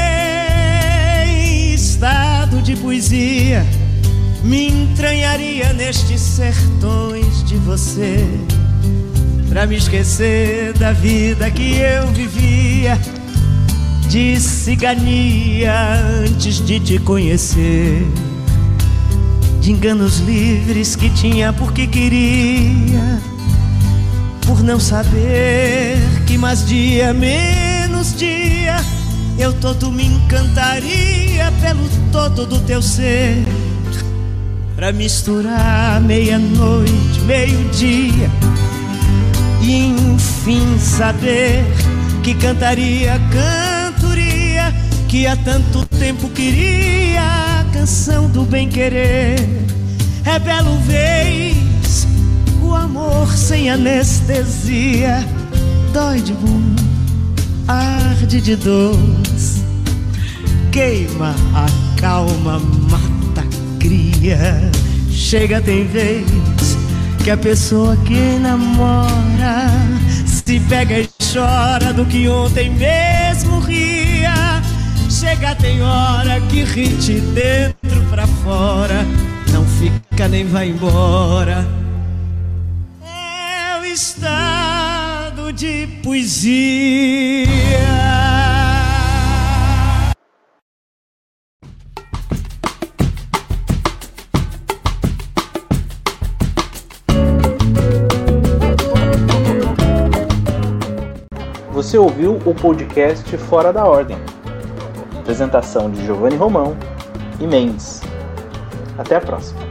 em estado de poesia, me entranharia nestes sertões de você, pra me esquecer da vida que eu vivia de cigania antes de te conhecer, de enganos livres que tinha porque queria, por não saber que mais dia menos dia eu todo me encantaria pelo todo do teu ser, pra misturar meia-noite, meio-dia e enfim saber que cantaria a cantoria que há tanto tempo queria, a canção do bem-querer. É belo, vez, o amor sem anestesia, dói de bom, arde de doce, queima, acalma, mata, cria. Chega, tem vez que a pessoa que namora se pega e chora do que ontem mesmo ria. Chega, tem hora que ri de dentro pra fora, não fica nem vai embora. É o estado de poesia. Você ouviu o podcast Fora da Ordem. Apresentação de Giovanni Romão e Mendes. Até a próxima.